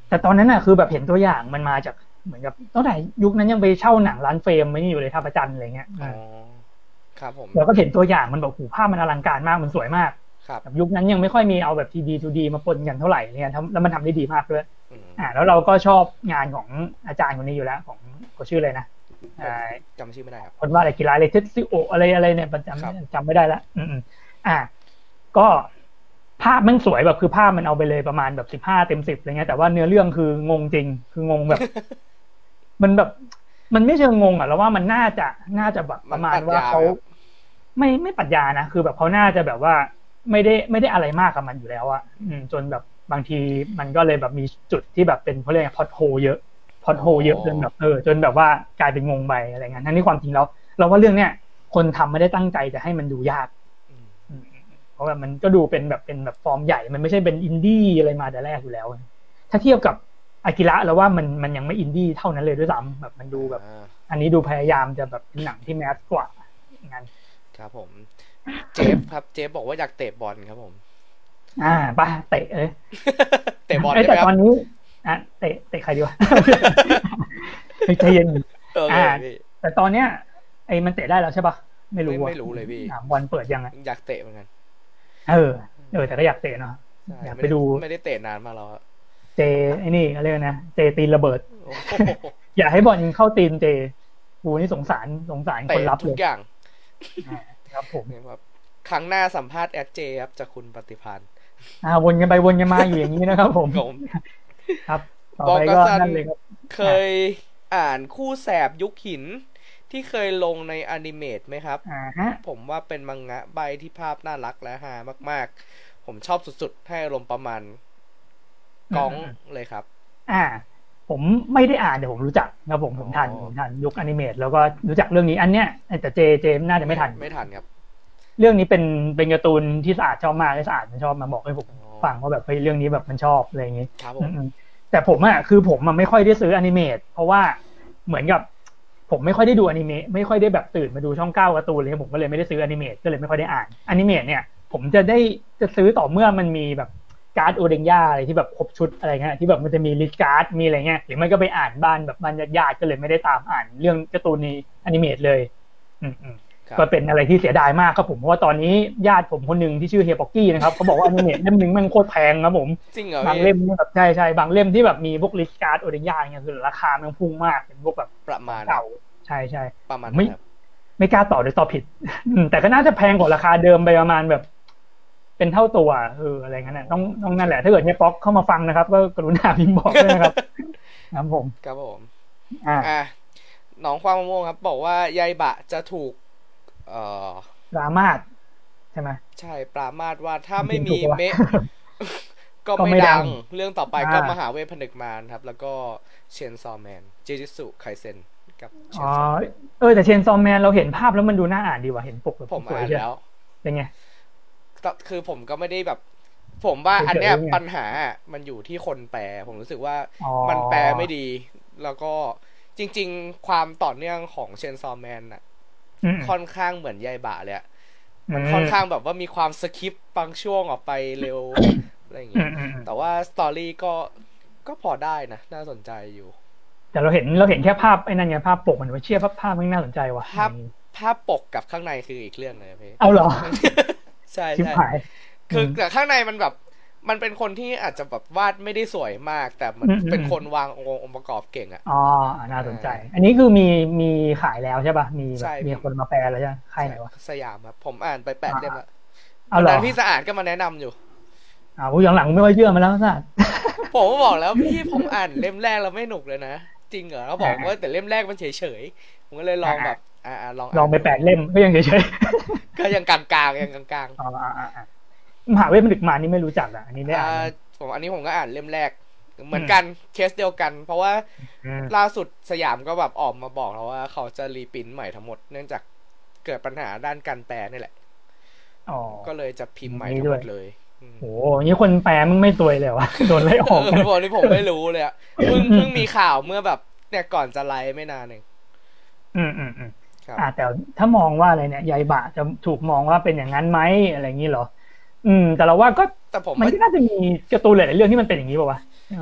แต่ตอนนั้นน่ะคือแบบเห็นตัวอย่างมันมาจากเหมือนกับตั้งแต่ยุคนั้นยังไปเช่าหนังร้านเฟรมไม่นี่อยู่เลยท่าประจันอะไรเงี้ยอ๋อครับผมแล้วก็เห็นตัวอย่างมันแบบหูภาพมันอลังการมากมันสวยมากครับยุคนั้นยังไม่ค่อยมีเอาแบบ ที ดี ทู ดี มาปนกันเท่าไหร่เนี่ยแล้วมันทำได้ดีมากด้วยอ่าแล้วเราก็ชอบงานของอาจารย์คนนี้อยู่แล้วของเขาชื่ออะไรนะจำชื่อไม่ได้ครับคนว่าอะไรกีฬาอะไรเทสซิโออะไรอะไรเนี่ยจำจำไม่ได้ละอืมอ่าก็ภาพมันสวยแบบคือภาพมันเอาไปเลยประมาณแบบสิบห้าเต็มสิบอะไรเงี้ยแต่ว่าเนื้อเรื่องคืองงจริงคืองงแบบมันแบบมันไม่เชิงงงอ่ะแล้วว่ามันน่าจะน่าจะแบบประมาณว่าเขาไม่ไม่ปรัชญานะคือแบบเขาน่าจะแบบว่าไม่ได้ไม่ได้อะไรมากกับมันอยู่แล้วอ่ะจนแบบบางทีมันก็เลยแบบมีจุดที่แบบเป็นเขาเรียกพอตโฮเยอะพอตโฮเยอะจนแบบเออจนแบบว่ากลายเป็นงงไปอะไรเงี้ยทั้งที่ความจริงแล้วเราว่าเรื่องเนี้ยคนทำไม่ได้ตั้งใจจะให้มันดูยากเพราะว่ามันก็ดูเป็นแบบเป็นแบบฟอร์มใหญ่มันไม่ใช่เป็นอินดี้อะไรมาแต่แรกอยู่แล้วถ้าเทียบกับอากิระแล้วว่ามันมันยังไม่อินดี้เท่านั้นเลยด้วยซ้ำแบบมันดูแบบอันนี้ดูพยายามจะแบบเป็นหนังที่แมสกว่างั้นครับผมเจฟครับเจฟบอกว่าอยากเตะบอลครับผมอ่าป่ะเตะเลยเตะบอลใช่ไหมครับแต่ตอนนี้อ่ะเตะเตะใครดีวะใจเย็นอ่าแต่ตอนเนี้ยไอ้มันเตะได้แล้วใช่ป่ะไม่รู้ไม่รู้เลยพี่บอลเปิดยังไงอยากเตะเหมือนกันเออเออแต่ก็อยากเตะเนาะอยากไปดูไม่ได้เตะนานมาแล้วเจไอ้นี่อะไรนะเจตีนระเบิดอยากให้บอลเข้าตีนเจกูนี่สงสารสงสารคนรับเลยทุกอย่างครับผมครับครั้งหน้าสัมภาษณ์แอดเจครับจากคุณปฏิพันธ์อ่าวนกันไปวนกันมาอยู่อย่างนี้นะครับผมครับต่อไปก็นั่นเลยครับเคยอ่านคู่แสบยุคหินที่เคยลงในอนิเมะไหมครับผมว่าเป็นมังงะใบที่ภาพน่ารักและฮามากๆผมชอบสุดๆให้อารมณ์ประมาณก้องเลยครับอ่าผมไม่ได้อ่านแต่ผมรู้จักนะผมผมทันผมทันยุคอนิเมะแล้วก็รู้จักเรื่องนี้อันเนี้ยแต่เจเจน่าจะไม่ทันไม่ทันครับเรื่องนี้เป็นเป็นการ์ตูนที่สะอาดชอบมากและสะอาดมันชอบมาบอกให้ผมฟังว่าแบบเฮ้ยเรื่องนี้แบบมันชอบอะไรอย่างงี้แต่ผมอ่ะคือผมมันไม่ค่อยได้ซื้ออนิเมะเพราะว่าเหมือนกับผมไม่ค่อยได้ดูอนิเมะไม่ค่อยได้แบบตื่นมาดูช่องเก้าการ์ตูนเลยผมก็เลยไม่ได้ซื้ออนิเมะก็เลยไม่ค่อยได้อ่านอนิเมะเนี่ยผมจะได้จะซื้อต่อเมื่อมันมีแบบการ์ดโอเดงย่าอะไรที่แบบครบชุดอะไรเงี้ยที่แบบมันจะมีลิสต์การ์ดมีอะไรเงี้ยหรือไม่ก็ไปอ่านบ้านแบบบ้านญาติๆก็เลยไม่ได้ตามอ่านเรื่องการ์ตูนในอนิเมะเลยอืมก็เป็นอะไรที่เสียดายมากครับผมเพราะว่าตอนนี้ญาติผมคนนึงที่ชื่อเฮียป๊อกกี้นะครับเขาบอกว่าอนิเมะเล่มนึงมันโคตรแพงครับผมจริงเหรอบางเล่มนี่แบบใช่ๆบางเล่มที่แบบมีพวกลิสต์การ์ดโอเดงย่าเงี้ยคือราคามันพุ่งมากเป็นพวกแบบประมาณเก่าใช่ๆประมาณไม่ไม่กล้าต่อโดยต่อผิดแต่ก็น่าจะแพงกว่าราคาเดิมไปประมาณแบบเป็นเท่าตัวเอออะไรเงี้ยต้องต้องนั่นแหละถ้าเกิดเฮียป๊อกเข้ามาฟังนะครับก็กรุณาพิมพ์บอกด้วยนะครับครับผมครับผมอ่าน้องความมะม่วงครับบอกว่ายายบะจะถูกเอ่อปรามาสใช่ไหมใช่ปรามาสว่าถ้าไม่มีเมะก็ไม่ดังเรื่องต่อไปก็มหาเวทผนึกมารครับแล้วก็เชนซอแมนจิจิสุไคเซ็นกับอ๋อเออแต่เชนซอแมนเราเห็นภาพแล้วมันดูน่าอ่านดีว่ะเห็นปกผมอ่านแล้วเป็นไงคือผมก็ไม่ได้แบบผมว่าอันเนี้ยปัญหามันอยู่ที่คนแปลผมรู้สึกว่ามันแปลไม่ดีแล้วก็จริงๆความต่อเนื่องของเชนซอแมนน่ะค่อนข้างเหมือนยายบะเลยอ่ะมันค่อนข้างแบบว่ามีความสคิปบางช่วงออกไปเร็วอะไรอย่างเงี้ยแต่ว่าสตอรี่ก็ก็พอได้นะน่าสนใจอยู่แต่เราเห็นเราเห็นแค่ภาพไอ้นั่นไงภาพปกมันว่าเชื่อภาพภาพมันน่าสนใจว่ะภาพภาพปกกับข้างในคืออีกเรื่องเลยพี่เอาเหรอใช่ใช่คือแต่ข้างในมันแบบมันเป็นคนที่อาจจะแบบวาดไม่ได้สวยมากแต่มันเป็นคนวางองค์ประกอบเก่งอ่ะอ๋อน่าสนใจอันนี้คือมีมีขายแล้วใช่ป่ะมีแบบมีคนมาแปลแล้วใช่ใครไหนวะสยามครับผมอ่านไปแปดเล่มแล้วเอาเหรอพี่สะอาดก็มาแนะนำอยู่อ่าผู้หลังๆไม่ค่อยเชื่อมาแล้วสะอาดผมก็บอกแล้วพี่ผมอ่านเล่มแรกแล้วไม่หนุกเลยนะจริงเหรอเขาบอกว่าแต่เล่มแรกมันเฉยๆผมก็เลยลองแบบอ่าลองลองไปแปดเล่มก็ยังเฉยๆก็ยังกลางๆยังกลางๆอ๋ออ่าๆมหาเวทผนึกมารนี่ไม่รู้จักอ่ะอันนี้ได้อ่านผมอันนี้ผมก็อ่านเล่มแรกเหมือนกันเคสเดียวกันเพราะว่าล่าสุดสยามก็แบบออกมาบอกแล้วว่าเขาจะรีพิมพ์ใหม่ทั้งหมดเนื่องจากเกิดปัญหาด้านการแปลนี่แหละก็เลยจะพิมพ์ใหม่ทั้งหมดเลยโอ้ยนี่คนแปลมึงไม่ตัวเลยวะโดนไล่ออกกันบอกนี่ผมไม่รู้เลยอ่ะเพิ่งเพิ่งมีข่าวเมื่อแบบเนี่ยก่อนจะไลฟ์ไม่นานเองอืมอืมอืมอ่าแต่ถ้ามองว่าอะไรเนี่ยยายบะจะถูกมองว่าเป็นอย่างนั้นไหมอะไรอย่างนี้เหรออืมแต่เราว่าก็แต่ผมมันก็น่าจะมีการ์ตูนหลายๆเรื่องที่มันเป็นอย่างนี้ป่ะวะใช่ไหม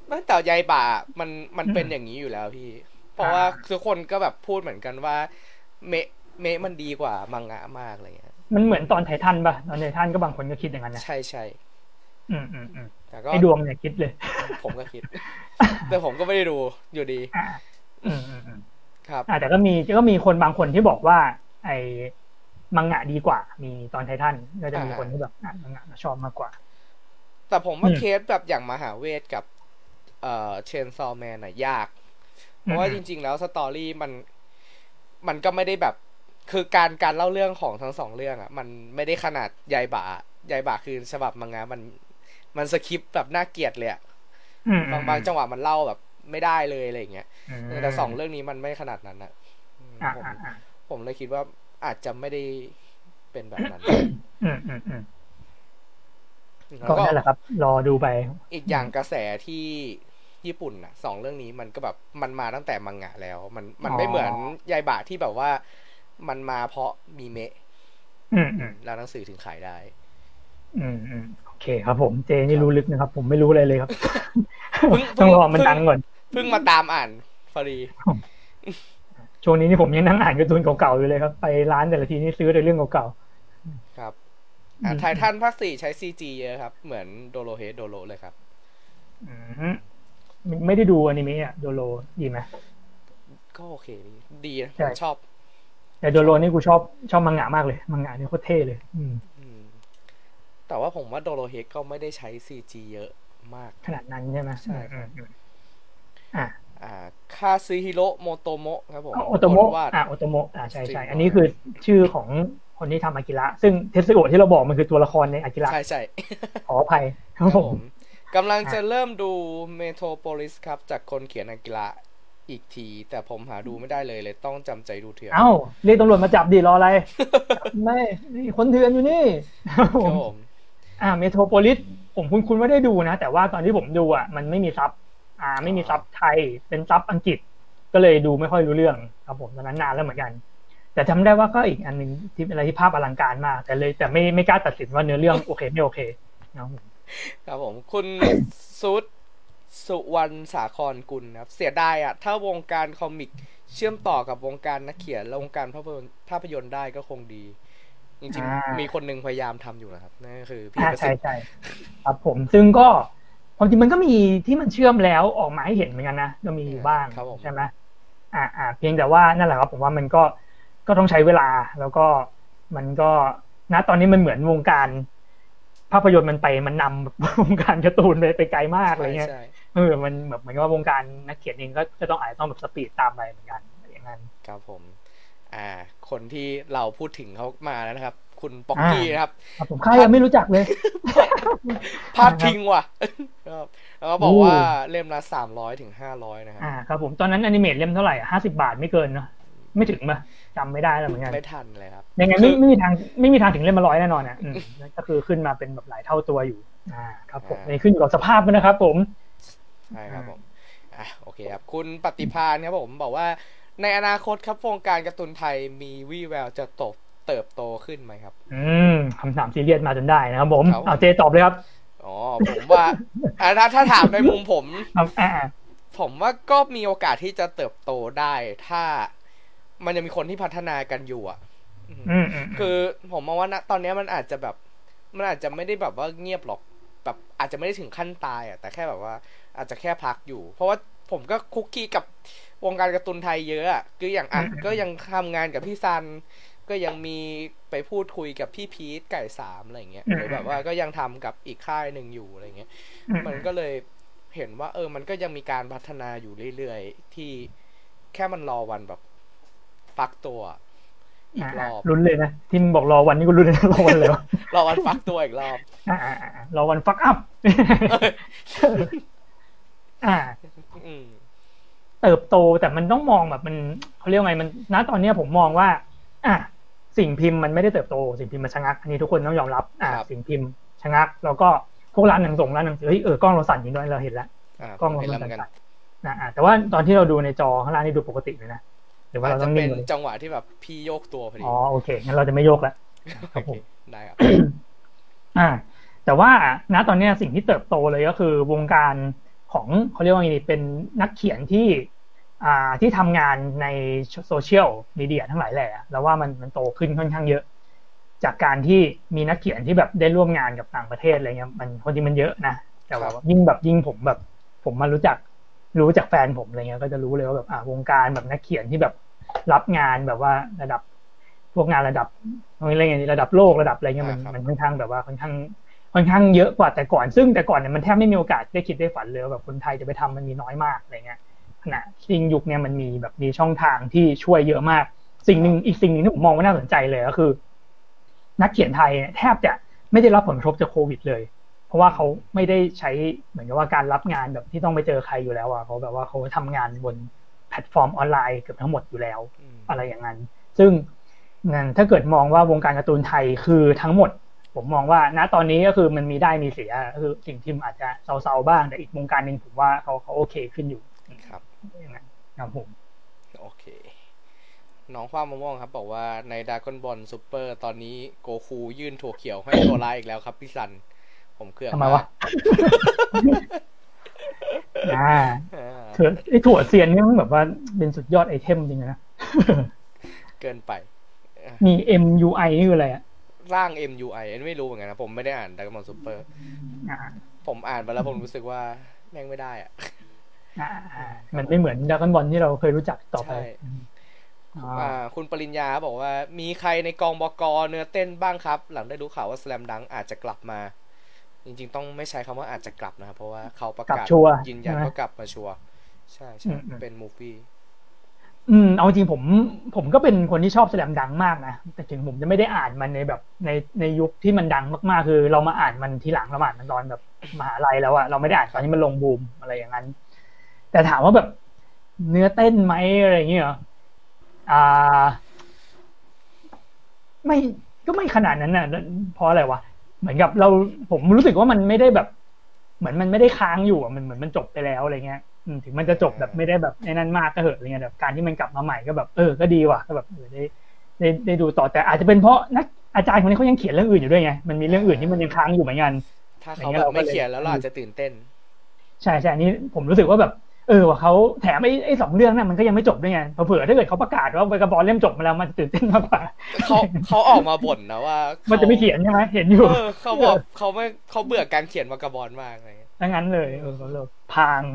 ไม่แต่ใยบ่ามันมันเป็นอย่างนี้อยู่แล้วพี่เพราะว่าทุกคนก็แบบพูดเหมือนกันว่าเมะเมะมันดีกว่ามังงะมากอะไรเงี้ยมันเหมือนตอนไททันป่ะตอนไททันก็บางคนก็คิดอย่างนั้นนะใช่ใช่อืมอืมอืมแต่ก็ไอ้ดวงเนี่ยคิดเลยผมก็คิดแต่ผมก็ไม่ได้ดูอยู่ดีอืมอืมอืมครับอ่าแต่ก็มีก็มีคนบางคนที่บอกว่าไอ้มังงะดีกว่ามีตอนไททันก็จะมีคนที่แบบอ่านมังงะชอบมากกว่าแต่ผมว่าเคสแบบอย่างมหาเวทกับเอ่อเชนซอว์แมนน่ะยากเพราะว่าจริงๆแล้วสตอรี่มันมันก็ไม่ได้แบบคือการการเล่าเรื่องของทั้งสองเรื่องอ่ะมันไม่ได้ขนาดใยบ่าใยบ่าคือฉบับมังงะมันมันสคริปต์แบบน่าเกลียดเลยอ่ะบางบางจังหวะมันเล่าแบบไม่ได้เลยอะไรอย่างเงี้ยแต่สองเรื่องนี้มันไม่ขนาดนั้นอ่ะผมผมเลยคิดว่าอาจจะไม่ได้เป็นแบบนั้นอืมอืมอืมก็นั่นแหละครับรอดูไปอีกอย่างกระแสที่ญี่ปุ่นน่ะสองเรื่องนี้มันก็แบบมันมาตั้งแต่มังงะแล้วมันมันไม่เหมือนยายบะที่แบบว่ามันมาเพราะมีเมะอืมอืมแล้วหนังสือถึงขายได้อืมอืมโอเคครับผมเจนี่รู้ลึกนะครับผมไม่รู้อะไรเลยครับต้องรอมันดังก่อนเพิ่งมาตามอ่านพอดีช่วงนี้นี่ผมยังนั่งอ่านการ์ตูนเก่าๆอยู่เลยครับไปร้านแต่ละทีนี่ซื้อแต่เรื่องเก่าๆครับอ่าไททันภาคสี่ใช้ ซี จี เยอะครับเหมือนโดโรเฮดโดโรเลยครับอืมไม่ได้ดูอนิเมะอ่ะโดโรดีไหมก็โอเคดีนะผมชอบแต่โดโรนี่กูชอบชอบมังงะมากเลยมังงะนี่โคตรเท่เลยอืมแต่ว่าผมว่าโดโรเฮดก็ไม่ได้ใช้ ซี จี เยอะมากขนาดนั้นใช่ไหมใช่อ่าอ่าคาซึฮิโร่โมโตโมะครับผมโอโตโมะอ่าโอโตโมะอ่าใช่ใช่อันนี้คือชื่อของคนที่ทำอากิระซึ่งเทสึโอะที่เราบอกมันคือตัวละครในอากิระใช่ใช่ขออภัยครับผมกำลังจะเริ่มดูเมโทรโพลิสครับจากคนเขียนอากิระอีกทีแต่ผมหาดูไม่ได้เลยเลยต้องจำใจดูเถื่อนเอ้าเรียกตำรวจมาจับดิรออะไรไม่คนเถื่อนอยู่นี่ครับผมอ่าเมโทรโพลิสผมคุ้นคุ้นว่าได้ดูนะแต่ว่าตอนที่ผมดูอ่ะมันไม่มีซับอ่าไม่มีซับไทยเป็นซับอังกฤษก็เลยดูไม่ค่อยรู้เรื่องครับผมตอนนั้นนานแล้วเหมือนกันแต่จำได้ว่าก็อีกอันนึงที่เป็นอะไรที่ภาพอลังการมากแต่เลยแต่ไม่ไม่กล้าตัดสินว่าเนื้อเรื่องโอเคไม่โอเคนะครับผมคุณซุดสุวรรณสาครกุลครับเสียดายอ่ะถ้าวงการคอมิกเชื่อมต่อกับวงการนักเขียนและวงการภาพยนตร์ภาพยนตร์ได้ก็คงดีจริงๆมีคนหนึ่งพยายามทำอยู่นะครับนั่นก็คือพี่ประสิทธิ์ใช่ๆครับผมซึ่งก็ความจริงมันก็มีที่มันเชื่อมแล้วออกมาให้เห็นเหมือนกันนะก็มีอยู่บ้างใช่ไหมอ่าอ่าเพียงแต่ว่านั่นแหละครับผมว่ามันก็ก็ต้องใช้เวลาแล้วก็มันก็ณตอนนี้มันเหมือนวงการภาพยนตร์มันไปมันนำวงการการ์ตูนไปไปไกลมากอะไรเงี้ยเออมันแบบเหมือนกับว่าวงการนักเขียนเองก็จะต้องอาจจะต้องแบบสปีดตามไปเหมือนกันอย่างนั้นครับผมอ่าคนที่เราพูดถึงเขามาแล้วนะครับคุณป๊อกกี้นะครับผมใครยังไม่รู้จักเลยพาดพิงว่ะครับแล้วก็บอกว่าเล่มละสามร้อยถึงห้าร้อยนะครับอ่าครับผมตอนนั้นอนิเมตเล่มเท่าไหร่อ่ะห้าสิบบาทไม่เกินเนาะไม่ถึงป่ะจำไม่ได้แล้วเหมือนกันไม่ทันเลยครับยังไงไม่ไม่มีทางไม่มีทางถึงเล่มละร้อยแน่นอนอ่ะก็คือขึ้นมาเป็นแบบหลายเท่าตัวอยู่อ่าครับผมนี่ขึ้นอยู่กับสภาพนะครับผมใช่ครับผมอ่ะโอเคครับคุณปฏิภาณครับผมบอกว่าในอนาคตครับวงการการ์ตูนไทยมีวี่แววจะโตเติบโตขึ้นไหมครับอืมคำถามซีเรียสมาจนได้นะครับผมเอาเจตอบเลยครับอ๋อผมว่าอ่าถ้าถ้าถามในมุมผมอ่าผมว่าก็มีโอกาสที่จะเติบโตได้ถ้ามันจะมีคนที่พัฒนากันอยู่อ่ะคือผมมองว่าณตอนนี้มันอาจจะแบบมันอาจจะไม่ได้แบบว่าเงียบหรอกแบบอาจจะไม่ได้ถึงขั้นตายอ่ะแต่แค่แบบว่าอาจจะแค่พักอยู่เพราะว่าผมก็คุกคีกับวงการการ์ตูนไทยเยอะอ่ะคืออย่างอ่ะก็ยังทำงานกับพี่ซันก็ยังมีไปพูดคุยกับพี่พีทไก่สามอะไรเงี้ยหรือแบบว่าก็ยังทำกับอีกค่ายหนึ่งอยู่อะไรเงี้ยมันก็เลยเห็นว่าเออมันก็ยังมีการพัฒนาอยู่เรื่อยๆที่แค่มันรอวันแบบฟักตัวอีกรอบลุ้นเลยนะที่มึงบอกรอวันนี้กูลุ้นเลยรอวันเลยวะรอวันฟักตัวอีกรอบอ่ารอวันฟักอัพอ่าเติบโตแต่มันต้องมองแบบมันเขาเรียกไงมันณตอนนี้ผมมองว่าอ่ะสิ่งพิมพ์มันไม่ได้เติบโตสิ่งพิมพ์มันชะงักอันนี้ทุกคนต้องยอมรับอ่าสิ่งพิมพ์ชะงักแล้วก็พวกร้านหนังส่งร้านหนังสือเฮ้ยเออกล้องเราสั่นจริงด้วยเราเห็นแล้วกล้องเราสั่นนะอ่าแต่ว่าตอนที่เราดูในจอข้างล่างนี่ดูปกติเลยนะหรือว่าเราต้องนิ่งเป็นจังหวะที่แบบพี่โยกตัวพอดีอ๋อโอเคงั้นเราจะไม่โยกแล้วครับผมได้ครับอ่าแต่ว่าณตอนนี้สิ่งที่เติบโตเลยก็คือวงการของเขาเรียกว่าไงดีเป็นนักเขียนที่อ่าที่ทำงานในโซเชียลมีเดียทั้งหลายแหละแล้วว่ามันมันโตขึ้นค่อนข้างเยอะจากการที่มีนักเขียนที่แบบได้ร่วมงานกับต่างประเทศอะไรเงี้ยมันคนที่มันเยอะนะแต่ว่ายิ่งแบบยิ่งผมแบบผมมารู้จักรู้จากแฟนผมอะไรเงี้ยก็จะรู้เลยว่าแบบอ่าวงการแบบนักเขียนที่แบบรับงานแบบว่าระดับพวกงานระดับอะไรเงี้ยระดับโลกระดับอะไรเงี้ยมันมันค่อนข้างแบบว่าค่อนข้างค่อนข้างเยอะกว่าแต่ก่อนซึ่งแต่ก่อนเนี่ยมันแทบไม่มีโอกาสได้คิดได้ฝันเลยแบบคนไทยจะไปทำมันมีน้อยมากอะไรเงี้ยขณะที่ยุคนี้มันมีแบบมีช่องทางที่ช่วยเยอะมากสิ่งหนึ่งอีกสิ่งหนึ่งที่ผมมองว่าน่าสนใจเลยก็คือนักเขียนไทยแทบจะไม่ได้รับผลกระทบจากโควิดเลยเพราะว่าเขาไม่ได้ใช้เหมือนกับว่าการรับงานแบบที่ต้องไปเจอใครอยู่แล้วอ่ะเขาแบบว่าเขาทำงานบนแพลตฟอร์มออนไลน์เกือบทั้งหมดอยู่แล้วอะไรอย่างนั้นซึ่งงั้นถ้าเกิดมองว่าวงการการ์ตูนไทยคือทั้งหมดผมมองว่าณตอนนี้ก็คือมันมีได้มีเสียคือสิ่งที่อาจจะเซาๆบ้างแต่อีกวงการนึงผมว่าเขาเขาโอเคขึ้นอยู่ครับอย่างนั้นครับผมโอเคน้องความมะม่วงครับบอกว่าในดราก้อนบอลซูเปอร์ตอนนี้โกคูยื่นถั่วเขียวให้โซล่าอีกแล้วครับพี่ซันผมเครื่องทำไมวะอ่าเถื่อไอ้ถั่วเซียนนี่มันแบบว่าเป็นสุดยอดไอเทมจริงนะเกินไปมี เอ็ม ยู ไอ นี่คืออะไรอ่ะร่าง เอ็ม ยู ไอ อันไม่รู้เหมือนกันนะผมไม่ได้อ่านดราก้อนบอลซูเปอร์ผมอ่านไปแล้วผมรู้สึกว่าแม่งไม่ได้อ่ะมันไม่เหมือนดราก้อนบอลที่เราเคยรู้จักต่อไปคุณปริญญาบอกว่ามีใครในกองบกเนื้อเต้นบ้างครับหลังได้รู้ข่าวว่าสแลมดังอาจจะกลับมาจริงๆต้องไม่ใช้คำว่าอาจจะกลับนะครับเพราะว่าเขาประกาศยืนยันว่ากลับมาชัวร์ใช่ใช่เป็นมูฟวี่อืมเอาจริงผมผมก็เป็นคนที่ชอบสแลมดังมากนะแต่ถึงผมจะไม่ได้อ่านมันในแบบในในยุคที่มันดังมากๆคือเรามาอ่านมันทีหลังเราอ่านมันตอนแบบมหาลัยแล้วอะเราไม่ได้อ่านตอนที่มันลงบูมอะไรอย่างนั้นแต่ถามว่าแบบเนื้อเต้นไหมอะไรอย่างเงี้ยอ่าไม่ก็ไม่ขนาดนั้นน่ะเพราะอะไรวะเหมือนกับเราผมรู้สึกว่ามันไม่ได้แบบเหมือนมันไม่ได้ค้างอยู่อ่ะมันเหมือนมันจบไปแล้วอะไรเงี้ยถึงมันจะจบแบบไม่ได้แบบในนั้นมากก็เหอะอะไรเงี้ยแบบการที่มันกลับมาใหม่ก็แบบเออก็ดีว่ะก็แบบเออได้ได้ได้ดูต่อแต่อาจจะเป็นเพราะนักอาจารย์คนนี้เขายังเขียนเรื่องอื่นอยู่ด้วยไงมันมีเรื่องอื่นที่มันยังค้างอยู่เหมือนกันถ้าเขาแบบไม่เขียนแล้วเราอาจจะตื่นเต้นใช่ใช่อันนี้ผมรู้สึกว่าแบบเออว่าเขาแถมไอ้ไอ้สองเรื่องนั้นมันก็ยังไม่จบด้วยไงเผื่อถ้าเกิดเขาประกาศว่าเวกาบอลเล่มจบมาแล้วมันจะตื่นเต้นมากกว่าเขาเขาออกมาบ่นนะว่ามันจะไม่เขียนใช่ไหมเห็นอยู่เออเขาบอกเขาไม่เขาเบื่อการเขียนวากาบอลมากอะไรดังนั้นเลยเออเขาเลยพัง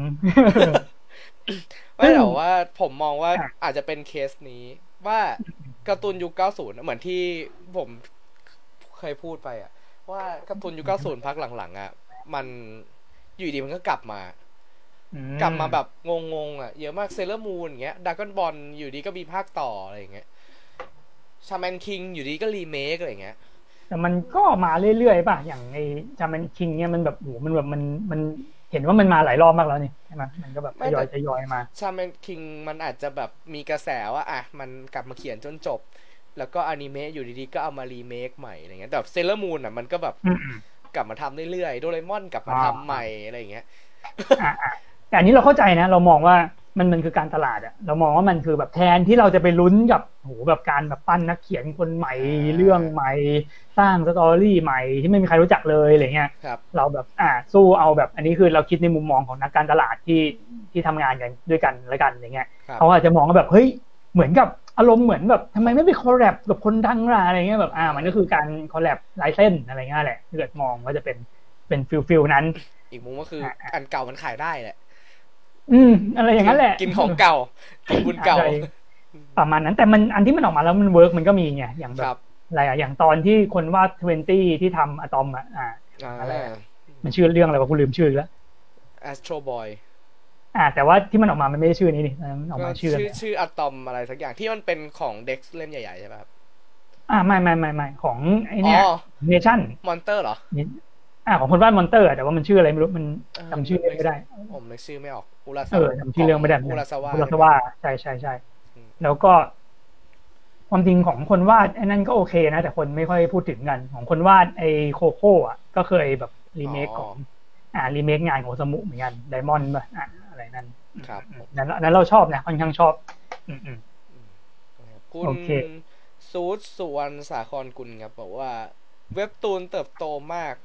ไม่แต่ว่าผมมองว่าอาจจะเป็นเคสนี้ว่าการ์ตูนยุคเก้าสิบเหมือนที่ผมเคยพูดไปอะว่าการ์ตูนยุคเก้าสิบพักหลังๆอ่ะมันอยู่ดีมันก็กลับมากลับมาแบบงงๆอ่ะเยอะมากเซเลอร์มูนอย่างเงี้ยดราก้อนบอลอยู่ดีก็มีภาคต่ออะไรอย่างเงี้ยชาแมนคิงอยู่ดีก็รีเมคอะไรอย่างเงี้ยแต่มันก็มาเรื่อยๆป่ะอย่างไอ้ชาแมนคิงเนี่ยมันแบบโหมันแบบมันมันเห็นว่ามันมาหลายรอบมากแล้วนี่ใช่ไหมมันก็แบบทยอยทยอยมาชาแมนคิงมันอาจจะแบบมีกระแสว่าอ่ะมันกลับมาเขียนจนจบแล้วก็อนิเมะอยู่ดีๆก็เอามารีเมคใหม่อะไรเงี้ยแต่เซเลอร์มูนอ่ะมันก็แบบกลับมาทำเรื่อยๆโดเรมอนกลับมาทำใหม่อะไรอย่างเงี้ยแต่อันนี้เราเข้าใจนะเรามองว่ามันมันคือการตลาดอะเรามองว่ามันคือแบบแทนที่เราจะไปลุ้นกับโหแบบการแบบปั้นนักเขียนคนใหม่เรื่องใหม่สร้างสตอรี่ใหม่ที่ไม่มีใครรู้จักเลยอะไรเงี้ยเราแบบอ่าสู้เอาแบบอันนี้คือเราคิดในมุมมองของนักการตลาดที่ที่ทำงานกันด้วยกันแล้วกันอย่างเงี้ยเขาอาจจะมองว่าแบบเฮ้ยเหมือนกับอารมณ์เหมือนแบบทำไมไม่ไปคอลแลบกับคนดังล่ะอะไรเงี้ยแบบอ่ามันก็คือการคอลแลบลายเส้นอะไรเงี้ยแหละถ้าเกิดมองว่าจะเป็นเป็นฟิลฟิลนั้นอีกมุมก็คืออันเก่ามันขายได้แหละอืมอะไรอย่างนั้นแหละกินของเก่ากินบุญเก่าประมาณนั้นแต่มันอันที่มันออกมาแล้วมันเวิร์กมันก็มีไงอย่างแบบอะไรอ่ะอย่างตอนที่คนวาดยี่สิบที่ทำอะตอมอ่ะอ่าอะไรมันชื่อเรื่องอะไรวะกูลืมชื่อแล้ว Astro Boy อ่าแต่ว่าที่มันออกมามันไม่ได้ชื่อนี้นี่มันออกมาชื่อชื่อชื่ออะตอมอะไรสักอย่างที่มันเป็นของ Dex เล่มใหญ่ๆใช่ป่ะครับอ่าไม่ไม่ๆๆของไอ้เนี่ยเนชั่นมอนเตอร์เหรออ่าของคนวาดมอนเตอร์แต่ว่ามันชื่ออะไรไม่รู้มันจำชื่อไม่ได้ผมนึกชื่อไม่ออกอุราซาวะเออจำชื่อเรื่องไม่ได้อุราซาวะอุราซาวะใช่ๆๆแล้วก็ความจริงของคนวาดไอ้นั่นก็โอเคนะแต่คนไม่ค่อยพูดถึงกันของคนวาดไอ้โคโค่อ่ะก็เคยแบบรีเมคของอ่ารีเมคงานของสมุเหมือนกันไดมอนด์ป่ะอ่ะอะไรนั่นครับนั้นนั้นเราชอบนะค่อนข้างชอบอืมๆคุณซูดสุวรรณสาครกุลครับบอกว่าเว็บตูนเติบโตมาก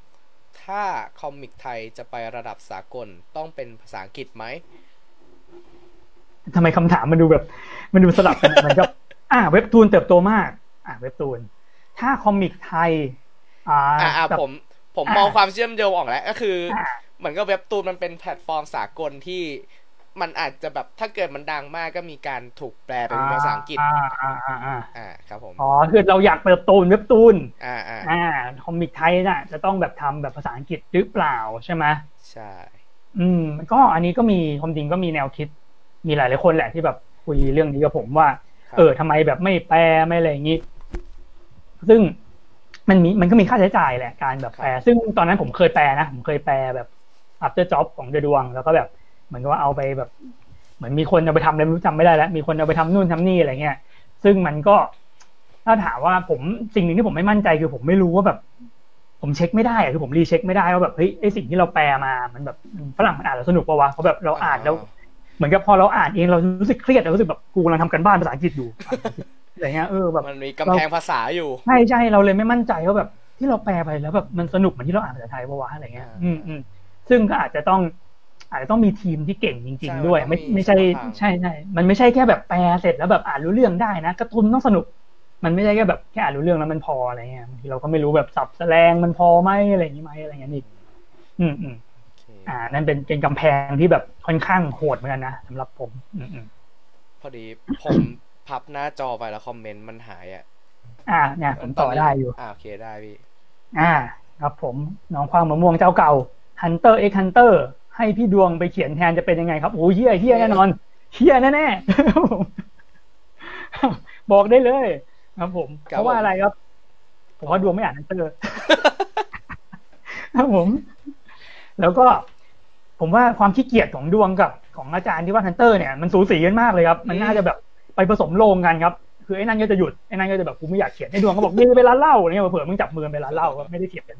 ถ้าคอมิกไทยจะไประดับสากลต้องเป็นภาษาอังกฤษไหมทำไมคำถามมันดูแบบมันดูสลับกันมันก็อ่าเว็บตูนเติบโตมากอ่าเว็บตูนถ้าคอมิกไทยอ่าอ่าผมผมมองความเชื่อมโยงออกแล้วก็คือเหมือนกับเว็บตูนมันเป็นแพลตฟอร์มสากลที่มันอาจจะแบบถ้าเกิดมันดังมากก็มีการถูกแปลเป็นภาษาอังกฤษอ่าอ่าอ่าอ่าอ่าครับผมอ๋อคือเราอยากเติบโตเว็บตูนอ่าอ่าอ่าคอมิกไทยน่ะจะต้องแบบทำแบบภาษาอังกฤษหรือเปล่าใช่ไหมใช่อืมก็อันนี้ก็มีความจริงก็มีแนวคิดมีหลายหลายคนแหละที่แบบคุยเรื่องนี้กับผมว่าเออทำไมแบบไม่แปลไม่อะไรอย่างนี้ซึ่งมันมีมันก็มีค่าใช้จ่ายแหละการแบบแปลซึ่งตอนนั้นผมเคยแปลนะผมเคยแปลแบบ after job ของเดอะดวงแล้วก็แบบเหมือนกับว่าเอาไปแบบเหมือนมีคนเอาไปทำอะไรไม่รู้จำไม่ได้แล้วมีคนเอาไปทำนู่นทำนี่อะไรเงี้ยซึ่งมันก็ถ้าถามว่าผมสิ่งหนึ่งที่ผมไม่มั่นใจคือผมไม่รู้ว่าแบบผมเช็คไม่ได้อะคือผมรีเช็คไม่ได้ว่าแบบเฮ้ยไอสิ่งที่เราแปลมามันแบบฝรั่งมันอ่านแล้วสนุกป่าววะเพราะแบบเราอ่านแล้วเหมือนกับพอเราอ่านเองเรารู้สึกเครียดเรารู้สึกแบบกูกำลังทำกันบ้านภาษาอังกฤษอยู่อะไรเงี้ยเออแบบมันมีกำแพงภาษาอยู่ใช่ใช่เราเลยไม่มั่นใจว่าแบบที่เราแปลไปแล้วแบบมันสนุกเหมือนที่เราอ่านภาษาไทยป่าววะอะไรเงี้ยอืมอืมซึ่งก็อาจจะต้องอาจจะต้องมีทีมที่เก่งจริงๆด้วยไม่ไม่ใช่ใช่ใช่มันไม่ใช่แค่แบบแปลเสร็จแล้วแบบอ่านรู้เรื่องได้นะการ์ตูนต้องสนุกมันไม่ใช่แค่แบบแค่อ่านรู้เรื่องแล้วมันพออะไรเงี้ยบางทีเราก็ไม่รู้แบบสับแสลงมันพอไหมอะไรอย่างนี้ไหมอะไรเงี้ยนี่อืมอืมอ่านั่นเป็นเป็นกำแพงที่แบบค่อนข้างโหดเหมือนกันนะสำหรับผมอืมอืมพอดีผมพับหน้าจอไปแล้วคอมเมนต์มันหายอ่ะอ่าเนี่ยผมต่อได้อยู่อ่าโอเคได้พี่อ่าครับผมน้องควางมะม่วงเจ้าเก่า Hunter x Hunter ให้พี่ดวงไปเขียนแทนจะเป็นยังไงครับโอ้เฮี้ยเฮี้ยแน่นอนเฮี้ยแน่แน่บอกได้เลยครับผมเพราะว่าอะไรครับผมว่าดวงไม่อ่าน Hunter ครับผมแล้วก็ผมว่าความขี้เกียจของดวงกับของอาจารย์ที่ว่า Hunter เนี่ยมันสูสีกันมากเลยครับมันน่าจะแบบไปผสมโรงกันครับคือไอ้นั่นก็จะหยุดไอ้นั่นก็จะแบบกูไม่อยากเขียนไอ้ดวงก็บอกมึงไปร้านเหล้าอะไรเงี้ยเผื่อมึงจับมือไปร้านเหล้าก็ไม่ได้เถียงกัน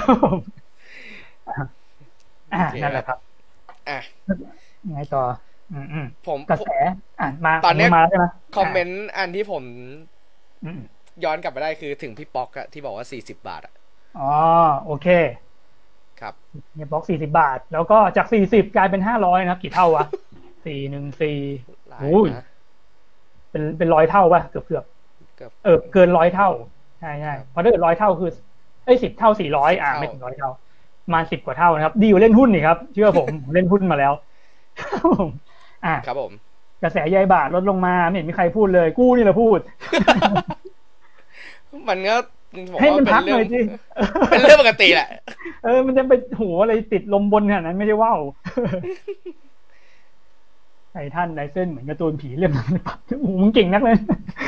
อ่านั่นแหละครับอ่ะยังไงต่ออืมผมกระแสอ่ะมาตอนนี้มาใช่ไหมคอมเมนต์อันที่ผมย้อนกลับไปได้คือถึงพี่ป๊อกอะที่บอกว่าสี่สิบบาทอะอ๋อโอเคครับเนี่ยป๊อกสี่สิบบาทแล้วก็จากสี่สิบกลายเป็นห้าร้อยนะครับกี่เท่าวะสี่หนึ่งสี่โอ้ยเป็นเป็นร้อยเท่าป่ะเกือบเกือบเออเกินร้อยเท่าใช่ใช่พอถ้าเกิดร้อยเท่าคือไอ้สิบเท่าสี่ร้อยอ่ะไม่ถึงร้อยเท่ามาสิบกว่าเท่านะครับดีกว่าเล่นหุ้นนี่ครับเชื่อผมเล่นหุ้นมาแล้วอ่ะครับผมกระแสยายบาทลดลงมาไม่เห็นมีใครพูดเลยกูนี่แหละพูดมันก็ให้มันพักหน่อยสิเป็นเรื่องปกติแหละเออมันจะไปหัวอะไรติดลมบนขนาดนั้นไม่ใช่ว่าวไอ้ท่านไรเส้นเหมือนการ์ตูนผีเล่มนั้นปั๊บโอ้โหมึงเก่งนักเลย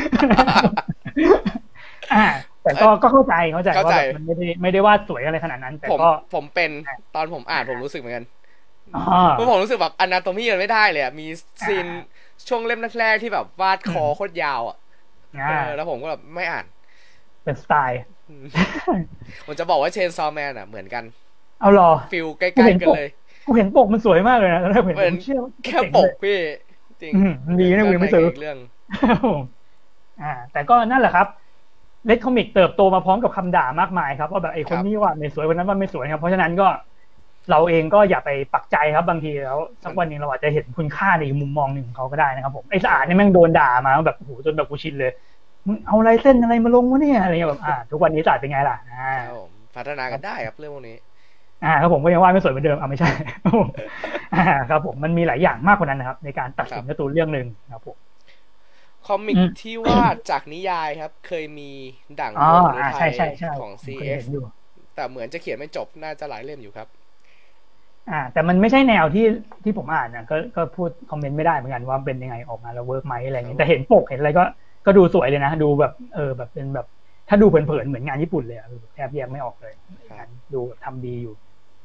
อ่าแต่ก็ก็เข้าใจเข้าใจว่ามันไม่ได้ไม่ได้วาดสวยอะไรขนาดนั้นแต่ก็ผมเป็นตอนผมอ่านผมรู้สึกเหมือนกันเพราะผมรู้สึกแบบอนาโตมีมันไม่ได้เลยอ่ะมีซีนช่วงเล่มแรกๆที่แบบวาดคอโคตรยาวอ่ะแล้วผมก็แบบไม่อ่านเป็นสไตล์ผมจะบอกว่าเชนซอว์แมนอ่ะเหมือนกันเอาหรอฟิลใกล้ๆกันเลยกูเห็นปกมันสวยมากเลยนะแล้วเห็นผมเชื่อแค่ปกพี่จริงมันดีนะกูไม่ซื้อเรื่องอ่าแต่ก็นั่นแหละครับเลดคอมิกเติบโตมาพร้อมกับคำด่ามากมายครับว่าแบบไอ้คนนี้ว่าไม่สวยคนนั้นว่าไม่สวยครับเพราะฉะนั้นก็เราเองก็อย่าไปปักใจครับบางทีแล้วสักวันนึงเราอาจจะเห็นคุณค่าในมุมมองหนึ่งของเขาก็ได้นะครับผมไอ้สะอาดนี่แม่งโดนด่ามาแบบโอ้โหจนแบบกูชินเลยมึงเอาลายเส้นอะไรมาลงวะเนี่ยอะไรเงี้ยแบบอ่าทุกวันนี้สะอาดเป็นไงล่ะอ่าพัฒนากันได้ครับเรื่องพวกนี้อ่าครับผมก็ยังว่าไม่สวยเหมือนเดิมอ่าไม่ใช่อ่าครับผมมันมีหลายอย่างมากกว่านั้นนะครับในการตัดสินการ์ตูนเรื่องนึงครับผมคอมิกที่วาดจากนิยายครับเคยมีดั่งวงฤทัยของ ซี เอฟอยู่แต่เหมือนจะเขียนไม่จบน่าจะหลายเล่มอยู่ครับอ่าแต่มันไม่ใช่แนวที่ที่ผมอ่านนะก็ก็พูดคอมเมนต์ไม่ได้เหมือนกันว่าเป็นยังไงออกมาแล้วเวิร์กไหมอะไรอย่างเงี้ยแต่เห็นปกเห็นอะไรก็ก็ดูสวยเลยนะดูแบบเออแบบเป็นแบบถ้าดูเผินๆเหมือนงานญี่ปุ่นเลยอ่ะแทบแยกไม่ออกเลยดูแบบทำดีอยู่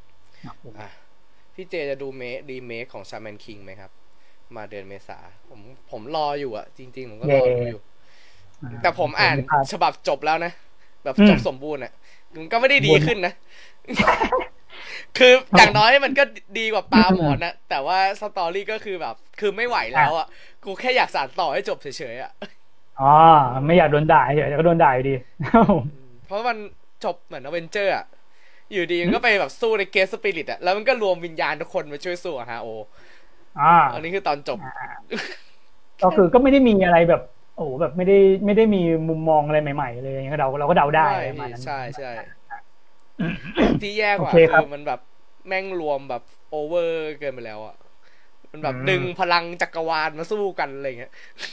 พี่เจจะดูเมครีเมคของ Shaman King ไหมครับมาเดือนเมษาผมผมรออยู่อ่ะจริงๆผมก็รอดูอยู่แต่ผมอ่านฉบับจบแล้วนะแบบจบสมบูรณ์อ่ะมันก็ไม่ได้ดีขึ้นนะคืออย่างน้อยมันก็ดีกว่าปลาหมอนนะแต่ว่าสตอรี่ก็คือแบบคือไม่ไหวแล้วอ่ะกูแค่อยากสานต่อให้จบเฉยๆอ่ะอ๋อไม่อยากโดนด่าเฉยๆก็โดนด่าอยู่ดีเพราะมันจบเหมือนอเวนเจอร์อ่ะอยู่ดีมันก็ไปแบบสู้ในเกสสปิริตอะแล้วมันก็รวมวิญญาณทุกคนมาช่วยสู้ฮาโออ่าอันนี้คือตอนจบก็คือก็ไม่ได้มีอะไรแบบโอ้แบบไม่ได้ไม่ได้มีมุมมองอะไรใหม่ๆเลยเราเราก็เดาได้ประมาณนั้นใช่ใช่ที่แย่กว่าคือมันแบบแม่งรวมแบบโอเวอร์เกินไปแล้วอะมันแบบดึงพลังจักรวาลมาสู้กันอะไรเงี้ย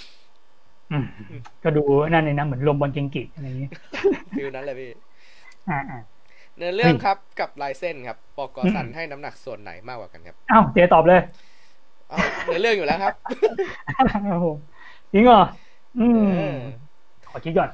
ก็ดูนั่นเลยนะเหมือนรวมบอลเกงกิอะไรอย่างนี้ฟิลนั้นเลยพี่อ่าเนื้อเรื่องครับกับลายเส้นครับปกสันให้น้ำหนักส่วนไหนมากกว่ากันครับอ้าวเจ๊ตอบเลยเนื้อเรื่องอยู่แล้วครับจริงเหรออืมขอคิดก่อน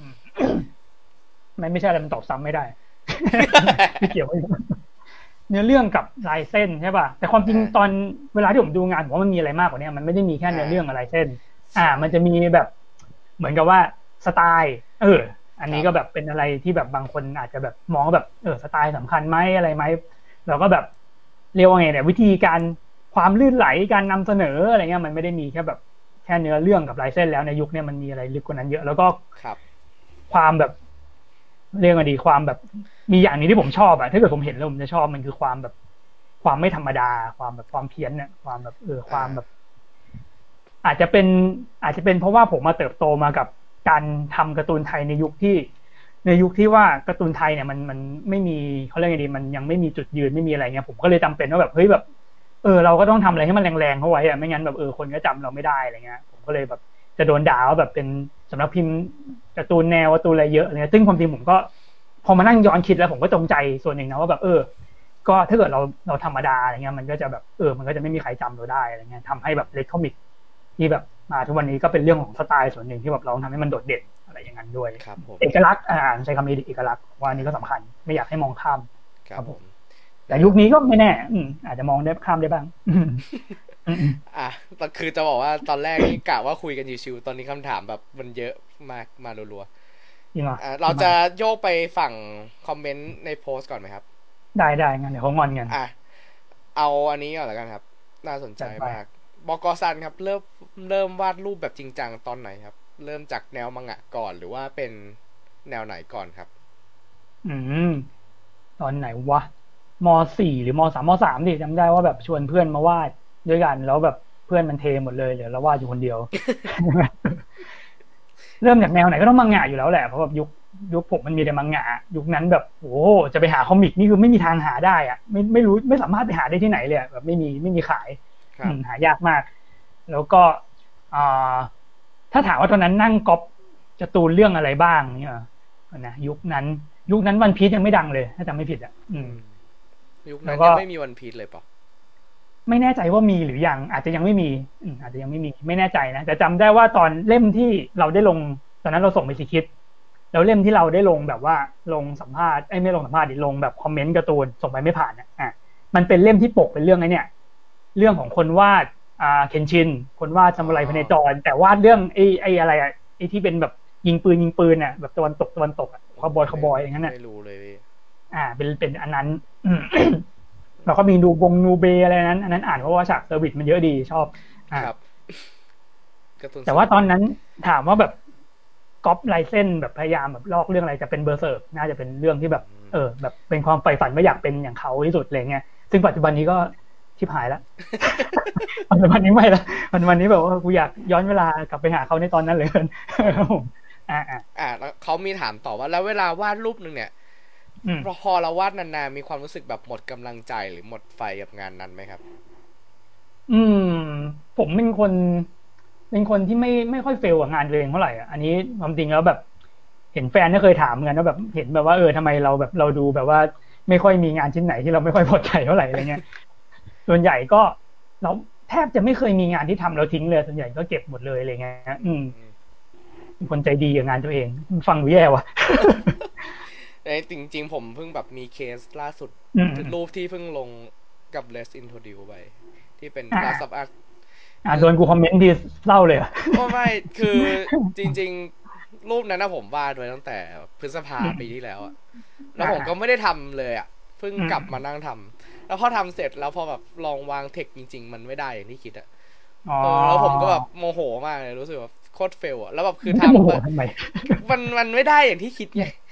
ไม่ไม่ใช่อะไรมันตอบซ้ำไม่ได้ไม่เกี่ยวไม่เนื้อเรื่องกับลายเส้นใช่ป่ะแต่ความจริงตอนเวลาที่ผมดูงานผมว่ามันมีอะไรมากกว่านี้มันไม่ได้มีแค่เนื้อเรื่องกับลายเส้นอ่ามันจะมีแบบเหมือนกับว่าสไตล์เอออันนี้ก็แบบเป็นอะไรที่แบบบางคนอาจจะแบบมองแบบเออสไตล์สำคัญไหมอะไรไหมเราก็แบบเรียกว่าไงเนี่ยวิธีการความลื่นไหลการนำเสนออะไรเงี้ยมันไม่ได้มีแค่แบบแค่เนื้อเรื่องกับลายเส้นแล้วในยุคนี้มันมีอะไรลึกกว่านั้นเยอะแล้วก็ความแบบเรียกว่าดีความแบบมีอย่างนี้ที่ผมชอบอะถ้าเกิดผมเห็นแล้วผมจะชอบมันคือความแบบความไม่ธรรมดาความแบบความเพี้ยนเนี่ยความแบบเออความแบบอาจจะเป็นอาจจะเป็นเพราะว่าผมมาเติบโตมากับการทำการ์ตูนไทยในยุคที่ในยุคที่ว่าการ์ตูนไทยเนี่ยมันมันไม่มีเขาเรียกไงดีมันยังไม่มีจุดยืนไม่มีอะไรเงี้ยผมก็เลยจำเป็นว่าแบบเฮ้ยแบบเออเราก็ต้องทำอะไรให้มันแรงๆเข้าไว้อะไม่งั้นแบบเออคนก็จำเราไม่ได้อะไรเงี้ยผมก็เลยแบบจะโดนด่าว่าแบบเป็นสำนักพิมพ์การ์ตูนแนวการ์ตูนอะไรเยอะอะไรเงี้ยซึ่งความจริงผมก็พอมานั่งย้อนคิดแล้วผมก็จงใจส่วนหนึ่งนะว่าแบบเออก็ถ้าเกิดเราเราธรรมดาอะไรเงี้ยมันก็จะแบบเออมันก็จะไม่มีใครจำเราได้อะไรเงี้ยทำให้แบบเลคคอมิกที่แบบมาทุกวันนี้ก็เป็นเรื่องของสไตล์ส่วนหนึ่งที่แบบเราทำให้มันโดดเด่นอะไรอย่างนั้นด้วยเอกลักษณ์อ่าใช้คำนี้เอกลักษณ์ว่านี้ก็สำคัญไม่อยากให้มองข้ามครับผมแต่ยุคนี้ก็ไม่แน่อืมอาจจะมองได้ข้ามได้บ้างอ่ะคือจะบอกว่าตอนแรกนี่กะว่าคุยกันชิวๆตอนนี้คำถามแบบมันเยอะมากมารัวๆจริงเหรอเราจะโยกไปฝั่งคอมเมนต์ในโพสต์ก่อนไหมครับได้ได้งั้นเดี๋ยวเขางอนกันอ่ะเอาอันนี้ก่อนแล้วกันครับน่าสนใจมากบก.ซันครับเริ่มเริ่มวาดรูปแบบจริงจังตอนไหนครับเริ่มจากแนวมังงะก่อนหรือว่าเป็นแนวไหนก่อนครับอืมตอนไหนวะม.สี่หรือม.สาม ม.สามดิจำได้ว่าแบบชวนเพื่อนมาวาดด้วยกันแล้วแบบเพื่อนมันเทหมดเลยเหลือเราวาดอยู่คนเดียว เริ่มจากแนวไหนก็ต้องมังงะอยู่แล้วแหละเพราะแบบยุคยุคผมมันมีแต่มังงะยุคนั้นแบบโอ้จะไปหาคอมิกนี่คือไม่มีทางหาได้อ่ะไม่ไม่รู้ไม่สามารถไปหาได้ที่ไหนเลยแบบไม่มีไม่มีขายหายากมากแล้วก็ถ้าถามว่าตอนนั้นนั่งก๊อปการ์ตูนเรื่องอะไรบ้างเนี่ยนะยุคนั้นยุคนั้นวันพีซยังไม่ดังเลยถ้าจำไม่ผิดอ่ะยุคนั้นยังไม่มีวันพีซเลยปะไม่แน่ใจว่ามีหรือยังอาจจะยังไม่มีอาจจะยังไม่มีไม่แน่ใจนะแต่จำได้ว่าตอนเล่มที่เราได้ลงตอนนั้นเราส่งไปสิคิดแล้วเล่มที่เราได้ลงแบบว่าลงสัมภาษณ์ไอ้ไม่ลงสัมภาษณ์ดิลงแบบคอมเมนต์การ์ตูนส่งไปไม่ผ่านอ่ะมันเป็นเล่มที่ปกเป็นเรื่องไอ้เนี่ยเรื่องของคนวาดอ่าเคนชินคนวาดซามูไรพเนจรแต่วาดเรื่องไอ้ไอ้อะไรอ่ะไอ้ที่เป็นแบบยิงปืนยิงปืนอ่ะแบบตะวันตกตะวันตกอ่ะคาวบอยคาวบอยอย่างนั้นน่ะไม่รู้เลยอ่าเป็นเป็นอันนั้นแล้วก็มีดูบงนูเบอะไรนั้นอันนั้นอ่านเพราะว่าฉากเซอร์วิสมันเยอะดีชอบครับแต่ว่าตอนนั้นถามว่าแบบก๊อปลายเส้นแบบพยายามแบบลอกเรื่องอะไรจะเป็นเบอร์เซิร์กน่าจะเป็นเรื่องที่แบบเออแบบเป็นความใฝ่ฝันว่าอยากเป็นอย่างเขาที่สุดอะไรเงี้ยซึ่งปัจจุบันนี้ก็ชิบหายแล้วปัจจุบันนี้ไม่ละปัจจุบันนี้แบบว่ากูอยากย้อนเวลากลับไปหาเขาในตอนนั้นเลยอ่าอ่าอ่าแล้วเขามีถามต่อว่าแล้วเวลาวาดรูปนึงเนี่ยพอเราวาดนานๆมีความรู้สึกแบบหมดกำลังใจหรือหมดไฟกับงานนั้นไหมครับอืมผมเป็นคนเป็นคนที่ไม่ไม่ค่อยเฟลกับงานตัวเองเท่าไหร่อ่ะอันนี้ความจริงแล้วแบบเห็นแฟนก็เคยถามกันว่าแบบเห็นแบบว่าเออทำไมเราแบบเราดูแบบว่าไม่ค่อยมีงานชิ้นไหนที่เราไม่ค่อยพอใจเท่าไหร่อะไรเงี้ยส่วนใหญ่ก็เราแทบจะไม่เคยมีงานที่ทำเราทิ้งเลยส่วนใหญ่ก็เก็บหมดเลยอะไรเงี้ยอืมเป็นคนใจดีกับงานตัวเองฟังดูแย่ว่ะแต่จริงๆผมเพิ่งแบบมีเคสล่าสุดรูปที่เพิ่งลงกับ Let's Introduce ไปที่เป็น Last of Us อ่าโดนกูคอมเมนต์ที่เศร้าเลยก็ไม่คือจริงๆรูปนั้นนะผมวาดไว้ตั้งแต่พฤษภาปีที่แล้วอะแล้วผมก็ไม่ได้ทำเลยอะเพิ่งกลับมานั่งทำแล้วพอทำเสร็จแล้วพอแบบลองวางเทคจริงๆมันไม่ได้อย่างที่คิดอะแล้วผมก็แบบโมโหมากเลยรู้สึกว่าโคตรเฟลอะแล้วแบบคือทำแบบมันมันไม่ได้อย่างที่คิดไง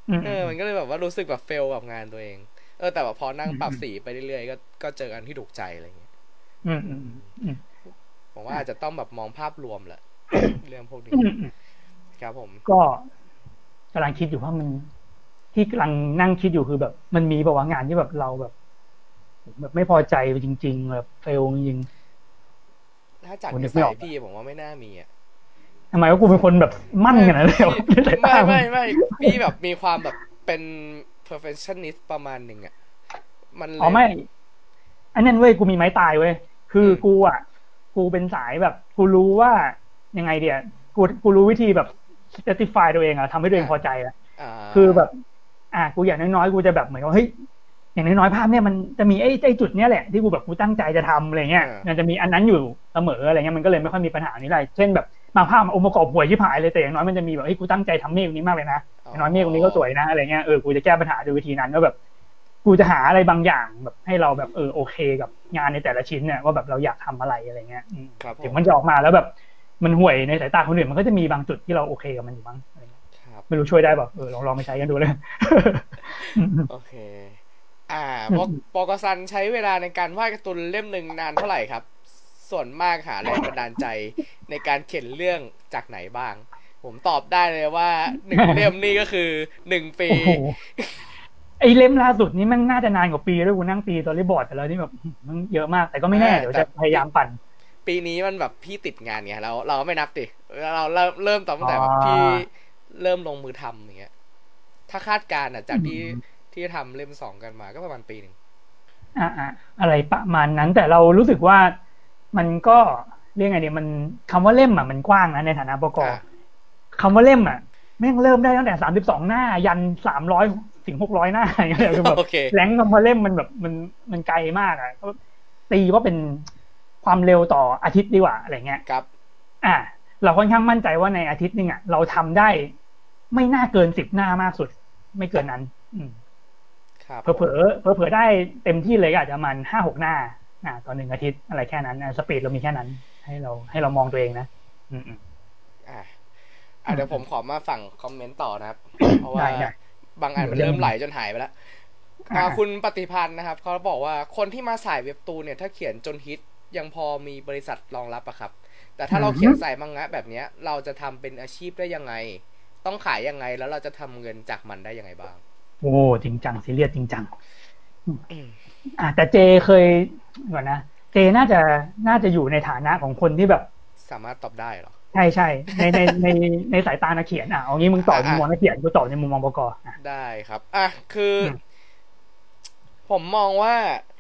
เออมันก็เลยแบบว่ารู้สึกแบบเฟลกับงานตัวเองเออแต่ว่าพอนั่งปรับสีไปเรื่อยๆก็ก็เจออันที่ถูกใจอะไรเงี้ยอืมอืมอืมผมว่าอาจจะต้องแบบมองภาพรวมแหละเรื่องพวกนี้ครับผมก็กำลังคิดอยู่ว่ามันที่กำลังนั่งคิดอยู่คือแบบมันมีแบบว่างานที่แบบเราแบบแบบไม่พอใจจริงๆแบบเฟลจริงถ้าจากนิสัยพี่ผมว่าไม่น่ามีอ่ะทำไมว่ากูเป็นคนแบบมั่นขนาดนั้นเลยไม่ไม่ไม่พี่แบบมีความแบบเป็น perfectionist ประมาณหนึ่งอ่ะมันอ๋อไม่อันนั้นเว้ยกูมีไม้ตายเว้ยคือกูอ่ะกูเป็นสายแบบกูรู้ว่ายังไงเดียกูกูรู้วิธีแบบ justify ตัวเองอะทำให้ตัวเองพอใจอะคือแบบอ่ะกูอย่างน้อยๆกูจะแบบเหมือนกับเฮ้ยอย่างน้อยๆภาพเนี่ยมันจะมีไอ้ไอ้จุดเนี้ยแหละที่กูแบบกูตั้งใจจะทำอะไรเงี้ยมันจะมีอันนั้นอยู่เสมออะไรเงี้ยมันก็เลยไม่ค่อยมีปัญหานี้เลยเช่นแบบบางภาพองค์ประกอบห่วยชิบหายเลยแต่อย่างน้อยมันจะมีแบบเฮ้ยกูตั้งใจทำเมฆนี้มากเลยนะอย่างน้อยเมฆนี้ก็สวยนะอะไรเงี้ยเออกูจะแก้ปัญหาด้วยวิธีนั้นก็แบบกูจะหาอะไรบางอย่างแบบให้เราแบบเออโอเคกับงานในแต่ละชิ้นเนี่ยว่าแบบเราอยากทำอะไรอะไรเงี้ยถึงมันจะออกมาแล้วแบบมันห่วยในสายตาคนอื่นมันก็จะมีบางจุดที่เราโอเคกับมันอยู่มั้งอะไรเงี้ยไม่รู้ช่วยได้ป่ะเออลองลองไปใช้กันดูเลยโอเคอ่าปกปกซันใช้เวลาในการวาดการ์ตูนเล่มหนึ่งนานเท่าไหร่ครับส่วนมากหาแรงบันดาลใจในการเขียนเรื่องจากไหนบ้างผมตอบได้เลยว่าหนึ่งเล่มนี่ก็คือหนึ่งปีไอ้เล่มล่าสุดนี้มันน่าจะนานกว่าปีด้วยกูนั่งตีตอรี่บอร์ดแต่แล้วนี่แบบมันเยอะมากแต่ก็ไม่แน่เดี๋ยวจะพยายามปั่นปีนี้มันแบบพี่ติดงานไงเราเราก็ไม่นับดิเราเริ่มเริ่มตั้งแต่แบบพี่เริ่มลงมือทำอย่างเงี้ยถ้าคาดการณ์อ่ะจากที่ที่ทำเล่มสองกันมาก็ประมาณปีหนึ่งอ่าอ่าอะไรประมาณนั้นแต่เรารู้สึกว่ามันก็เรียกไงดีมันคำว่าเล่มอ่ะมันกว้างนะในฐานะประกอบคำว่าเล่มอ่ะแม่งเริ่มได้ตั้งแต่สามสิบสองหน้ายันสามร้อยถึงหกร้อยหน้าอย่างเงี้ยคือแบบแรงคำว่าเล่มมันแบบมันมันไกลมากอ่ะก็ตีว่าเป็นความเร็วต่ออาทิตย์ดีกว่าอะไรเงี้ยครับอ่าเราค่อนข้างมั่นใจว่าในอาทิตย์นึงอ่ะเราทำได้ไม่น่าเกินสิบหน้ามากสุดไม่เกินนั้นอืมครับเผลอเผลอเผลอเผลอได้เต็มที่เลยอาจจะมันห้าหกหน้าอ่าต่อหนึ่งอาทิตย์อะไรแค่นั้นสปีดเรามีแค่นั้นให้เราให้เรามองตัวเองนะอืมอ่าอ่าเดี๋ยวผมขอมาฝั่งคอมเมนต์ต่อนะครับเพราะว่าบางอันมันเริ่มไหลจนหายไปแล้วคุณปฏิพันธ์นะครับเขาบอกว่าคนที่มาสายเว็บตูนเนี่ยถ้าเขียนจนฮิตยังพอมีบริษัทรองรับอะครับแต่ถ้าเราเขียนสายมังงะแบบนี้เราจะทำเป็นอาชีพได้ยังไงต้องขายยังไงแล้วเราจะทำเงินจากมันได้ยังไงบ้างโอ้จริงจังซีเรียสจริงจังอ่าแต่เจเคยก่อนนะเจน่าจะน่าจะอยู่ในฐานะของคนที่แบบสามารถตอบได้หรอใช่ใช่ในในในในสายตานักเขียนอ่ะเอางี้มึงตอบในมุมมองนักเขียนกูตอบในมุมมองประกอบได้ครับอ่ะคือผมมองว่า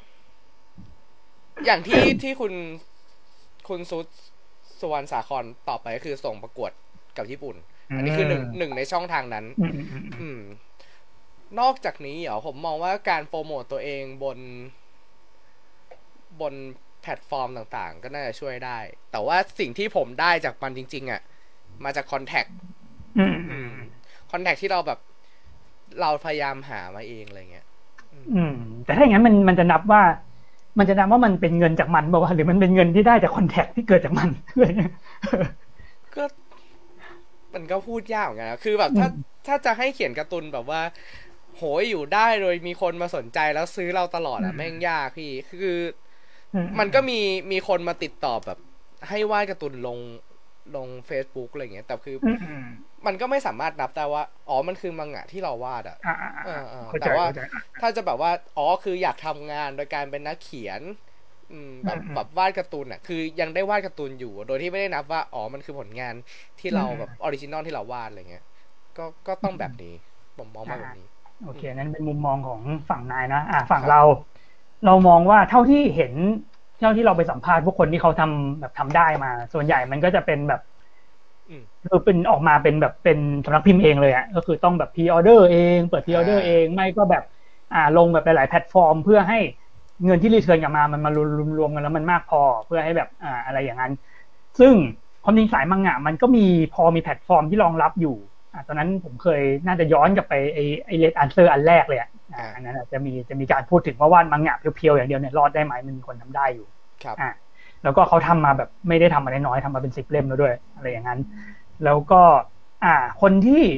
อย่างที่ที่คุณคุณซุดสุวรรณสาครตอบไปก็คือส่งประกวดกับญี่ปุ่นอันนี้คือหนึ่งหนึ่งในช่องทางนั้นอืมนอกจากนี้เหรอผมมองว่าการโปรโมตตัวเองบนบนแพลตฟอร์มต่างๆก็น่าจะช่วยได้แต่ว่าสิ่งที่ผมได้จากมันจริงๆอ่ะมาจากคอนแทคคอนแทคที่เราแบบเราพยายามหามาเองอะไรเงี้ยอืมแต่ถ้าอย่างนั้นมันมันจะนับว่ามันจะนับว่ามันเป็นเงินจากมันป่าววะหรือมันเป็นเงินที่ได้จากคอนแทคที่เกิดจากมันอะไรเงี้ยก็มันก็พูดยากเหมือนกันนะคือแบบถ้าถ้าจะให้เขียนการ์ตูนแบบว่าโหยอยู่ได้โดยมีคนมาสนใจแล้วซื้อเราตลอดอ่ะแม่งยากพี่คือมันก็มีมีคนมาติดต่อแบบให้วาดการ์ตูนลงลง Facebook อะไรเงี้ยแต่คือมันก็ไม่สามารถนับได้ว่าอ๋อมันคือมังงะที่เราวาดอ่ะแต่ว่าถ้าจะแบบว่าอ๋อคืออยากทำงานโดยการเป็นนักเขียนแบบแบบวาดการ์ตูนอ่ะคือยังได้วาดการ์ตูนอยู่โดยที่ไม่ได้นับว่าอ๋อมันคือผลงานที่เราแบบออริจินอลที่เราวาดอะไรเงี้ยก็ก็ต้องแบบนี้ผมมองว่าแบบนี้โอเคนั้นเป็นมุมมองของฝั่งนายนะอ่ะฝั่งเราเรามองว่าเท่าที่เห็นเท่าที่เราไปสัมภาษณ์พวกคนที่เขาทำแบบทำได้มาส่วนใหญ่มันก็จะเป็นแบบคือเป็นออกมาเป็นแบบเป็นสำนักพิมพ์เองเลยอ่ะก็คือต้องแบบพรีออเดอร์เองเปิดพรีออเดอร์เองไม่ก็แบบอ่าลงแบบหลายๆแพลตฟอร์มเพื่อให้เงินที่รีเทิร์นกลับมามันมารวมๆกันแล้วมันมากพอเพื่อให้แบบอ่าอะไรอย่างนั้นซึ่งความจริงสายมังงะมันก็มีพอมีแพลตฟอร์มที่รองรับอยู่อ่าตอนนั้นผมเคยน่าจะย้อนกลับไปไอ้ไอ้เลดอันเซอร์อันแรกเลยอ่ะอ่าอันนั้นจะมีจะมีการพูดถึงว่าวาดมังงะเพียวๆอย่างเดียวเนี่ยรอดได้ไหมมันมีคนทำได้อยู่ครับอ่าแล้วก็เขาทำมาแบบไม่ได้ทำมาน้อยๆทำมาเป็นสิบเล่มแล้วด้วยอะไรอย่างนั้นแล้วก็อ่าคนที่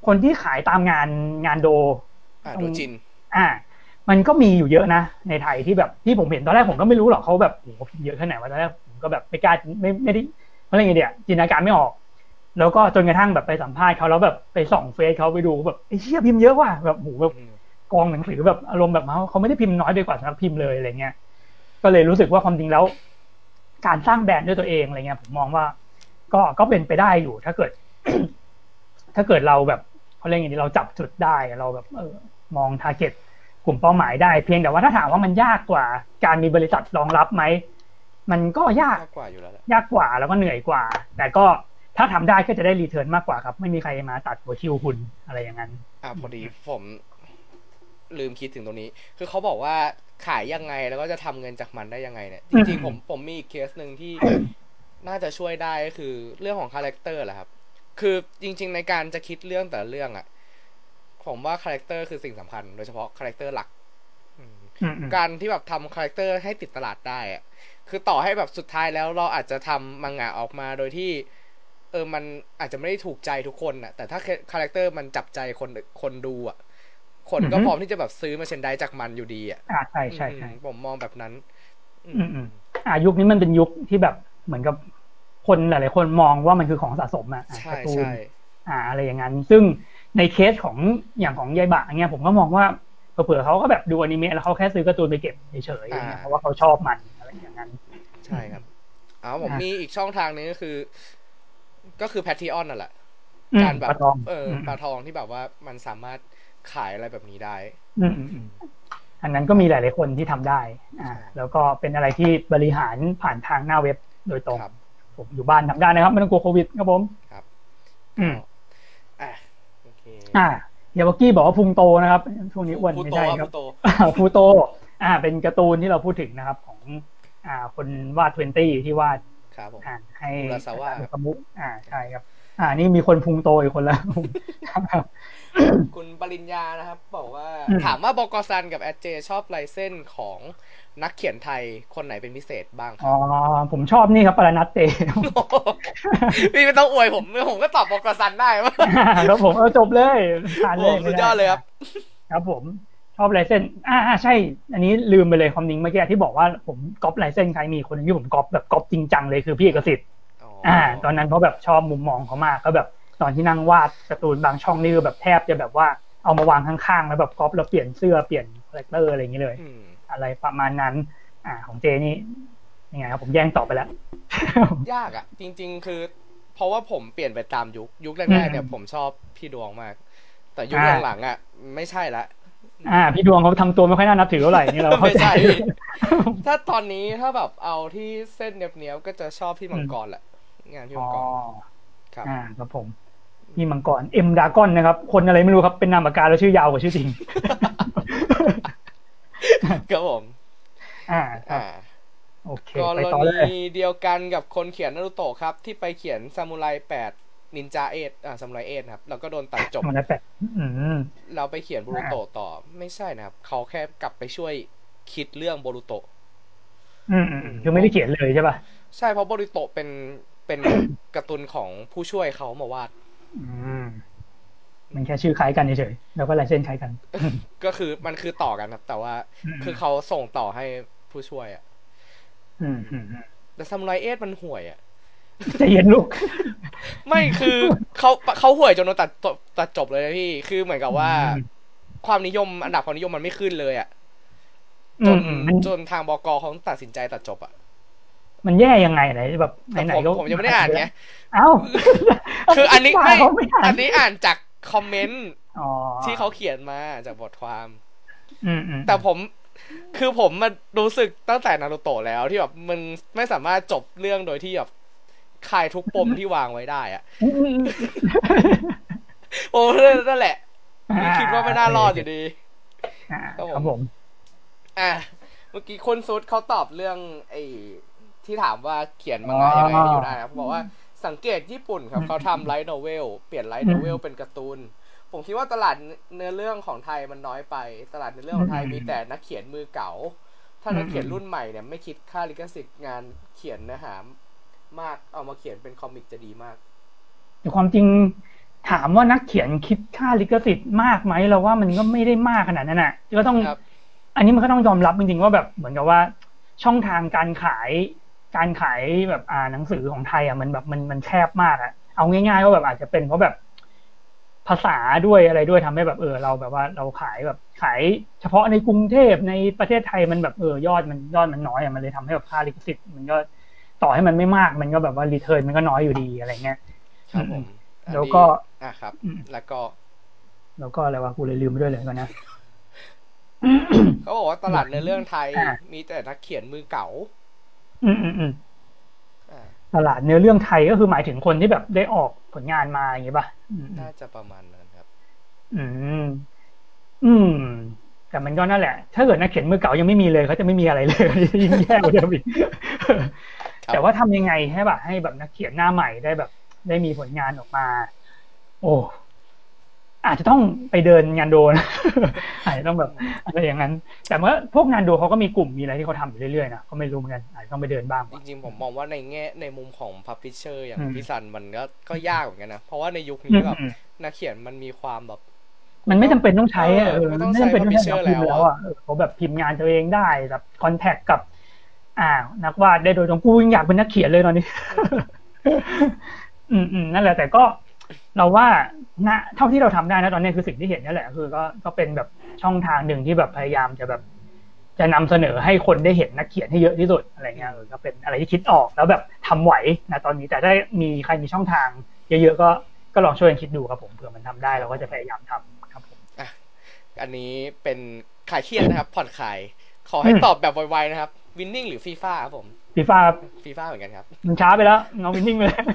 คนที่ขายตามงานงานโดอ่าโดจินอ่ามันก็มีอยู่เยอะนะในไทยที่แบบที่ผมเห็นตอนแรกผมก็ไม่รู้หรอกเขาแบบโอ้โหเยอะแค่ไหนวะตอนแรกผมก็แบบไม่กล้าไม่ไม่ได้เพราะอะไรเงี้ยจินตนาการไม่ออกแล้วก็จนกระทั่งแบบไปสัมภาษณ์เขาแล้วแบบไปส่องเฟซเขาไปดูแบบไอ้เชี่ยพิมพ์เยอะว่ะแบบโหแบบกองหนังสือแบบอารมณ์แบบเขาไม่ได้พิมพ์น้อยไปกว่าสำนักพิมพ์เลยอะไรเงี้ยก็เลยรู้สึกว่าความจริงแล้วการสร้างแบรนด์ด้วยตัวเองอะไรเงี้ยผมมองว่าก็ก็เป็นไปได้อยู่ถ้าเกิด ถ้าเกิดเราแบบเขาเรียกอย่างนี้เราจับจุดได้เราแบบเออมองทาร์เก็ตกลุ่มเป้าหมายได้เพียงแต่ว่าถ้าถามว่ามันยากกว่าการมีบริษัทรองรับไหมมันก็ยากกว่าอยู่แล้วยากกว่าแล้วก็เหนื่อยกว่าแต่ก็ถ้าทำได้ก็จะได้รีเทิร์นมากกว่าครับไม่มีใครมาตัดหัวคิวคุณอะไรอย่างนั้นอ่าพอดีผมลืมคิดถึงตรงนี้คือเขาบอกว่าขายยังไงแล้วก็จะทำเงินจากมันได้ยังไงเนี่ยจริงๆผมผมมีอีกเคสหนึ่งที่น่าจะช่วยได้ก็คือเรื่องของคาแรคเตอร์แหละครับคือจริงๆในการจะคิดเรื่องแต่ละเรื่องอ่ะผมว่าคาแรคเตอร์คือสิ่งสำคัญโดยเฉพาะคาแรคเตอร์หลักการที่แบบทำคาแรคเตอร์ให้ติดตลาดได้อ่ะคือต่อให้แบบสุดท้ายแล้วเราอาจจะทำมังงะออกมาโดยที่เออมันอาจจะไม่ได้ถูกใจทุกคนอ่ะแต่ถ้าคาแรคเตอร์มันจับใจคนคนดูอ่ะคนก็พร้อมที่จะแบบซื้อมาเชนได้จากมันอยู่ดีอ่ะอ่าใช่ใช่ใช่ผมมองแบบนั้นอืมอืมอ่ายุคนี้มันเป็นยุคที่แบบเหมือนกับคนหลายๆคนมองว่ามันคือของสะสมอ่ะการ์ตูนอ่าอะไรอย่างนั้นซึ่งในเคสของอย่างของยายบะเงี้ยผมก็มองว่าเผื่อเขาก็แบบดูอนิเมะแล้วเขาแค่ซื้อการ์ตูนไปเก็บเฉยๆเพราะว่าเขาชอบมันอะไรอย่างนั้นใช่ครับอ๋อผมมีอีกช่องทางนึงก็คือก็คือแพทริออนนั่นแหละการแบบเออปลาทองที่แบบว่ามันสามารถขายอะไรแบบนี้ได้อืมอันนั้นก็มีหลายๆคนที่ทำได้อ่าแล้วก็เป็นอะไรที่บริหารผ่านทางหน้าเว็บโดยตรงผมอยู่บ้านทำได้นะครับไม่ต้องกลัวโควิดครับผมครับอืมอ่าโอเคอ่าเยาวกี้บอกว่าพุงโตนะครับช่วงนี้อ้วนไม่ใช่ครับพูโตอ่าเป็นการ์ตูนที่เราพูดถึงนะครับของอ่าคนวาดยี่สิบที่วาดครับผมอ่าให้อุราซาวะสมุอ่าใช่ครับอ่านี่มีคนพุงโตอีกคนแล้วคุณปริญญานะครับบอกว่าถามว่าบก.ซันกับแอดเจชอบลายเส้นของนักเขียนไทยคนไหนเป็นพิเศษบ้างครับอ๋อผมชอบนี่ครับปรนัตเตพี่ไม่ต้องอวยผมผมก็ตอบบก.ซันได้ครับผมเออจบเลยผ่านเลยสุดยอดเลยครับครับผมชอบลายเส้นอ่าใช่อันนี้ลืมไปเลยความจริงเมื่อกี้ที่บอกว่าผมก๊อปลายเส้นใครมีคนที่ผมก๊อปแบบก๊อปจริงจังเลยคือพี่เอกสิทธิ์อ่าตอนนั้นเขาแบบชอบมุมมองเขามากก็แบบตอนที่นั่งวาดการ์ตูนบางช่องนี่คือแบบแทบจะแบบว่าเอามาวางข้างๆแล้วแบบก๊อปแล้วเปลี่ยนเสื้อเปลี่ยนคาแรคเตอร์อะไรอย่างนี้เลยอะไรประมาณนั้นอ่าของเจนี่ยังไงครับผมแย่งตอบไปแล้วยากอ่ะจริงๆคือเพราะว่าผมเปลี่ยนไปตามยุคยุคแรกๆเนี่ยผมชอบพี่ดวงมากแต่ยุคหลังๆอ่ะไม่ใช่ละอ่าพี่ดวงเขาทำตัวไม่ค่อยน่านับถือเท่าไหร่นี่เราไม่ใช่ถ้าตอนนี้ถ้าแบบเอาที่เส้นเนี้ยบๆก็จะชอบพี่มังกรแหละงานพี่มังกรครับอ่าครับผมพี่มังกรเอ็มดากอนนะครับคนอะไรไม่รู้ครับเป็นนามปากกาแล้วชื่อยาวกว่าชื่อจริงครับผมอ่าอ่าโอเคไปต่อเลยกรณีเดียวกันกับคนเขียนนารูโตะครับที่ไปเขียนซามูไรแปดนินจาเอทอ่าซามูไรเอทครับแล้วก็โดนตัดจบซามูไรแปดอืมเราไปเขียนโบรูโตะต่อไม่ใช่นะครับเขาแค่กลับไปช่วยคิดเรื่องโบรูโตะอืมคือไม่ได้เขียนเลยใช่ป่ะใช่เพราะโบรูโตะเป็นเป็นการ์ตูนของผู้ช่วยเขามาวาดอืมมันแค่ชื่อคล้ายกันเฉยๆแล้วก็ลายเส้นคล้ายกันก็คือมันคือต่อกันครับแต่ว่าคือเขาส่งต่อให้ผู้ช่วยอ่ะอืมแต่ซามูไรเอทมันห่วยอ่ะใจเย็นลูกไม่คือเขาเขาห่วยจนโดนตัดตัดจบเลยนะพี่คือเหมือนกับว่าความนิยมอันดับความนิยมมันไม่ขึ้นเลยอ่ะจนจนทางบก.เขาตัดสินใจตัดจบอ่ะมันแย่ยังไงไหนแบบไหนๆก็ผมยังไม่ได้อ่านไงเอ้าคืออันนี้ไม่อันนี้อ่านจากคอมเมนต์ที่เขาเขียนมาจากบทความแต่ผมคือผมมันรู้สึกตั้งแต่นารูโตะแล้วที่แบบมันไม่สามารถจบเรื่องโดยที่แบบคลายทุกปมที่วางไว้ได้อะโอ้นั่นแหละคิดว่าไม่น่ารอดอยู่ดีครับผมอ่ะเมื่อกี้คนซุดเขาตอบเรื่องไอ้ที่ถามว่าเขียนมังงะยังไงให้อยู่ได้นะเขาบอกว่าสังเกตญี่ปุ่นครับเขาทำไลท์โนเวลเปลี่ยนไลท์โนเวลเป็นการ์ตูนผมคิดว่าตลาดเนื้อเรื่องของไทยมันน้อยไปตลาดเนื้อเรื่องของไทยมีแต่นักเขียนมือเก่าถ้านักเขียนรุ่นใหม่เนี่ยไม่คิดค่าลิขสิทธิ์งานเขียนเนื้อหามากเอามาเขียนเป็นคอมิกจะดีมากแต่ความจริงถามว่านักเขียนคิดค่าลิขสิทธิ์มากไหมเราว่ามันก็ไม่ได้มากขนาดนั้นน่ะก็ต้องอันนี้มันก็ต้องยอมรับจริงๆว่าแบบเหมือนกับว่าช่องทางการขายการขายแบบอ่าหนังสือของไทยอ่ะมันแบบมันมันแคบมากอ่ะเอาง่ายๆว่าแบบอาจจะเป็นเพราะแบบภาษาด้วยอะไรด้วยทำให้แบบเออเราแบบว่าเราขายแบบขายเฉพาะในกรุงเทพในประเทศไทยมันแบบเออยอดมันยอดมันน้อยอ่ะมันเลยทำให้แบบค่าลิขสิทธิ์มันก็ต่อให้มันไม่มากมันก็แบบว่ารีเทิร์นมันก็น้อยอยู่ดีอะไรเงี้ยครับผมแล้วก็อ่ะครับแล้วก็แล้วก็อะไรวะกูเลยลืมไปด้วยเลยก่อนนะเขาบอกว่าตลาดในเรื่องไทยมีแต่นักเขียนมือเก่าอืมอืมอืมตลาดเนื้อเรื่องไทยก็คือหมายถึงคนที่แบบได้ออกผลงานมาอย่างงี้ป่ะน่าจะประมาณนั้นครับอืมอืมแต่มันก็นั่นแหละถ้าเกิดนักเขียนมือเก่ายังไม่มีเลยเขาจะไม่มีอะไรเลยยิ่งแย่กว่าเดิมอีกแต่ว่าทำยังไงให้แบบให้แบบนักเขียนหน้าใหม่ได้แบบได้มีผลงานออกมาโอ้อาจจะต้องไปเดินงานโดนะอาจจะต้องแบบอะไรอย่างนั้นแต่เมื่อพวกงานโดเขาก็มีกลุ่มมีอะไรที่เขาทำอยู่เรื่อยๆนะก็ไม่รู้เหมือนกันอาจจะต้องไปเดินบ้างจริงๆผมมองว่าในแง่ในมุมของพับลิชเชอร์อย่างพี่ซันมันก็ก็ยากเหมือนกันนะเพราะว่าในยุคนี้แบบนักเขียนมันมีความแบบมันไม่จำเป็นต้องใช้เออไม่จำเป็นต้องใช้พิมพ์แล้วอ่ะเขาแบบพิมพ์งานตัวเองได้แบบคอนแทคกับอ่านักวาดได้โดยตรงกูยังอยากเป็นนักเขียนเลยตอนนี้อืมอืมนั่นแหละแต่ก็เราว่าณเท่าที่เราทำได้นะตอนนี้คือสิ่งที่เห็นนี่แหละคือก็ก็เป็นแบบช่องทางหนึ่งที่แบบพยายามจะแบบจะนำเสนอให้คนได้เห็นนักเขียนให้เยอะที่สุดอะไรเงี้ยเออก็เป็นอะไรที่คิดออกแล้วแบบทำไหวนะตอนนี้แต่ถ้ามีใครมีช่องทางเยอะๆก็ก็ลองช่วยกันคิดดูครับผมเผื่อมันทำได้เราก็จะพยายามทำครับผมอ่ะอันนี้เป็นขายเครียดนะครับผ่อนคลายขอให้ตอบแบบไวๆนะครับวินนิ่งหรือฟีฟ่าครับผมฟีฟ่าครับฟีฟ่าเหมือนกันครับมันช้าไปแล้วเอาวินนิ่งไปเลย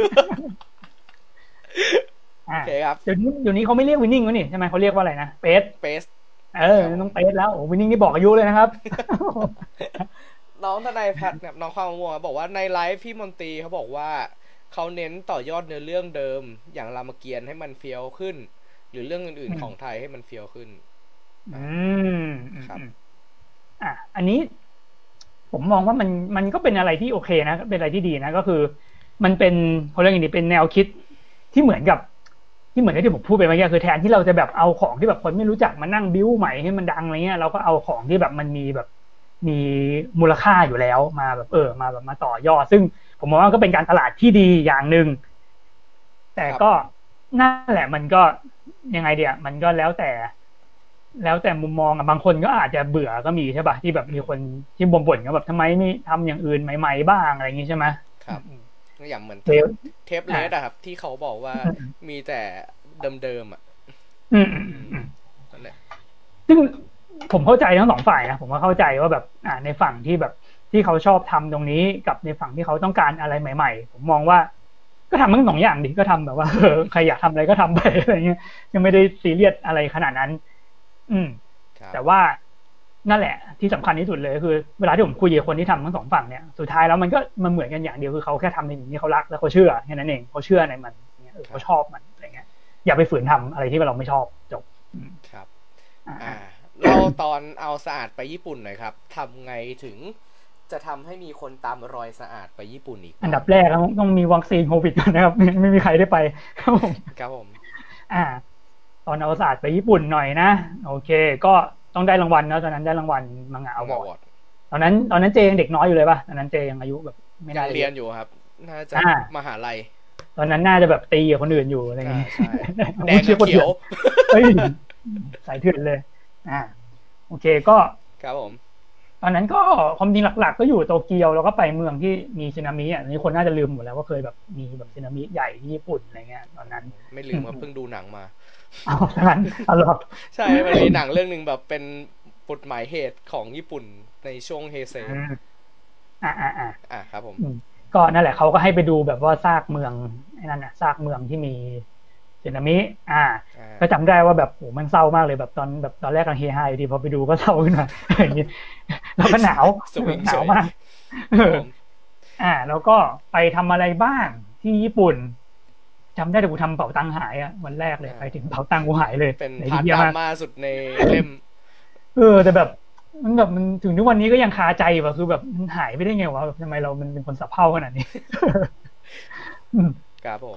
โอเคครับเดี๋ยวนี้เดี๋ยวนี้เขาไม่เรียกวินนิ่งแล้วนี่ใช่ไหมเขาเรียกว่าอะไรนะเปสเปสเออต้องเปสแล้วโอ้วินนิ่งนี่บอกอายุเลยนะครับน้องทนายแพทเนี่ยน้องความมัวบอกว่าในไลฟ์พี่มนตรีเขาบอกว่าเขาเน้นต่อยอดเนื้อเรื่องเดิมอย่างรามเกียรติ์ให้มันเฟี้ยวขึ้นหรือเรื่องอื่นๆของไทยให้มันเฟี้ยวขึ้นอืมครับอ่ะอันนี้ผมมองว่ามันมันก็เป็นอะไรที่โอเคนะเป็นอะไรที่ดีนะก็คือมันเป็นเขาเรียกอย่างนี้เป็นแนวคิดที่เหมือนกับที่เหมือนที่ผมพูดไปเมื่อกี้คือแทนที่เราจะแบบเอาของที่แบบคนไม่รู้จักมานั่งบิ้วใหม่ให้มันดังอะไรเงี้ยเราก็เอาของที่แบบมันมีแบบมีมูลค่าอยู่แล้วมาแบบเออมาแบบมาต่อยอดซึ่งผมมองว่าก็เป็นการตลาดที่ดีอย่างนึงแต่ก็นั่นแหละมันก็ยังไงเดียมันก็แล้วแต่แล้วแต่มุมมองอ่ะบางคนก็อาจจะเบื่อก็มีใช่ป่ะที่แบบมีคนที่บ่นๆก็แบบทำไมไม่ทำอย่างอื่นใหม่ๆบ้างอะไรอย่างงี้ใช่ไหมครับอย่างเหมือนเทปเลสอะครับที่เขาบอกว่ามีแต่เดิมๆอ่ะอืมนั่นแหละซึ่งผมเข้าใจทั้งสองฝ่ายนะผมก็เข้าใจว่าแบบอ่าในฝั่งที่แบบที่เขาชอบทำตรงนี้กับในฝั่งที่เขาต้องการอะไรใหม่ๆผมมองว่าก็ทำทั้งสองอย่างดิก็ทำแบบว่าเออใครอยากทำอะไรก็ทำไปอะไรเงี้ยยังไม่ได้ซีเรียสอะไรขนาดนั้นอืมแต่ว่านั่นแหละที่สำคัญที่สุดเลยคือเวลาที่ผมคุยกับคนที่ทำทั้งสองฝั่งเนี่ยสุดท้ายแล้วมันก็มันเหมือนกันอย่างเดียวคือเขาแค่ทำในสิ่งที่เขารักแล้วเขาเชื่อแค่นั้นเองเขาเชื่อในมันเนี่ยเขาชอบมันอะไรเงี้ยอย่าไปฝืนทำอะไรที่เราไม่ชอบจบครับอ่าเราตอนเอาสะอาดไปญี่ปุ่นหน่อยครับทำไงถึงจะทำให้มีคนตามรอยสะอาดไปญี่ปุ่นอีกอันดับแรกต้องต้องมีวัคซีนโควิดก่อนนะครับไม่มีใครได้ไปครับผมครับผมอ่าตอนเอาสะอาดไปญี่ปุ่นหน่อยนะโอเคก็ต้องได้รางวัลนะตอนนั้นได้รางวัลมังงะอวอร์ดตอนนั้นตอนนั้นเจยังเด็กน้อยอยู่เลยป่ะตอนนั้นเจยังอายุแบบไม่ได้เรียนอยู่ครับน่าจะมหาลัยตอนนั้นน่าจะแบบตีกับคนอื่นอยู่อะไรอย่างงี้แดงเขียวเฮ้ยสายเถื่อนเลยอ่าโอเคก็ครับผมตอนนั้นก็ความจริงหลักๆก็อยู่โตเกียวแล้วก็ไปเมืองที่มีสึนามิอ่ะนี่คนน่าจะลืมหมดแล้วว่าเคยแบบมีแบบสึนามิใหญ่ที่ญี่ปุ่นอะไรเงี้ยตอนนั้นไม่ลืมครับเพิ่งดูหนังมาอ๋องั้นตลอดใช่มันมีหนังเรื่องนึงแบบเป็นบทหมายเหตุของญี่ปุ่นในช่วงเฮเซอ่าอ่าอ่าอ่าครับผมก็นั่นแหละเขาก็ให้ไปดูแบบว่าซากเมืองไอ้นั่นน่ะซากเมืองที่มีสึนามิอ่าก็จำได้ว่าแบบโหมันเศร้ามากเลยแบบตอนแบบตอนแรกก็เฮฮาอยู่ดีพอไปดูก็เศร้าขึ้นมาอย่างนี้แล้วก็หนาวหนาวมากอ่าแล้วก็ไปทำอะไรบ้างที่ญี่ปุ่นจำได้แต่กูทำเป๋าตังหายอ่ะวันแรกเลยไปถึงเป๋าตังกูหายเลยเป็นพาร์ทดราม่าสุดในเล่มเออแต่แบบมันแบบมันถึงทุกวันนี้ก็ยังคาใจว่ะคือแบบมันหายไปได้ไงวะแบบทำไมเรามันเป็นคนสะเพร่าขนาดนี้ครับผม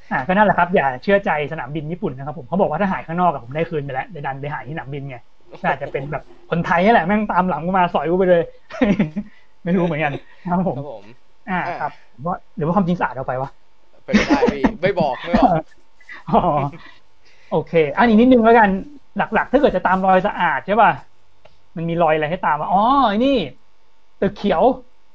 อ่าก็นั่นแหละครับอย่าเชื่อใจสนามบินญี่ปุ่นนะครับผมเขาบอกว่าถ้าหายข้างนอกกับผมได้คืนไปแล้วเดี๋ยวดันไปหายที่สนามบินไงอาจจะเป็นแบบคนไทยนี่แหละแม่งตามหลังกูมาสอยกูไปเลย ไม่รู้เหมือนกันครับผมอ่าครับว่าหรือว่าความจริงสะอาดเอาไปวะเป็นไปได้พี่ไม่บอกไม่บอกอ๋อโอเคอันนี้นิดนึงแล้วกันหลักๆถ้าเกิดจะตามรอยสะอาดใช่ป่ะมันมีรอยอะไรให้ตามอ่ะอ๋อไอ้นี่ตึกเขียว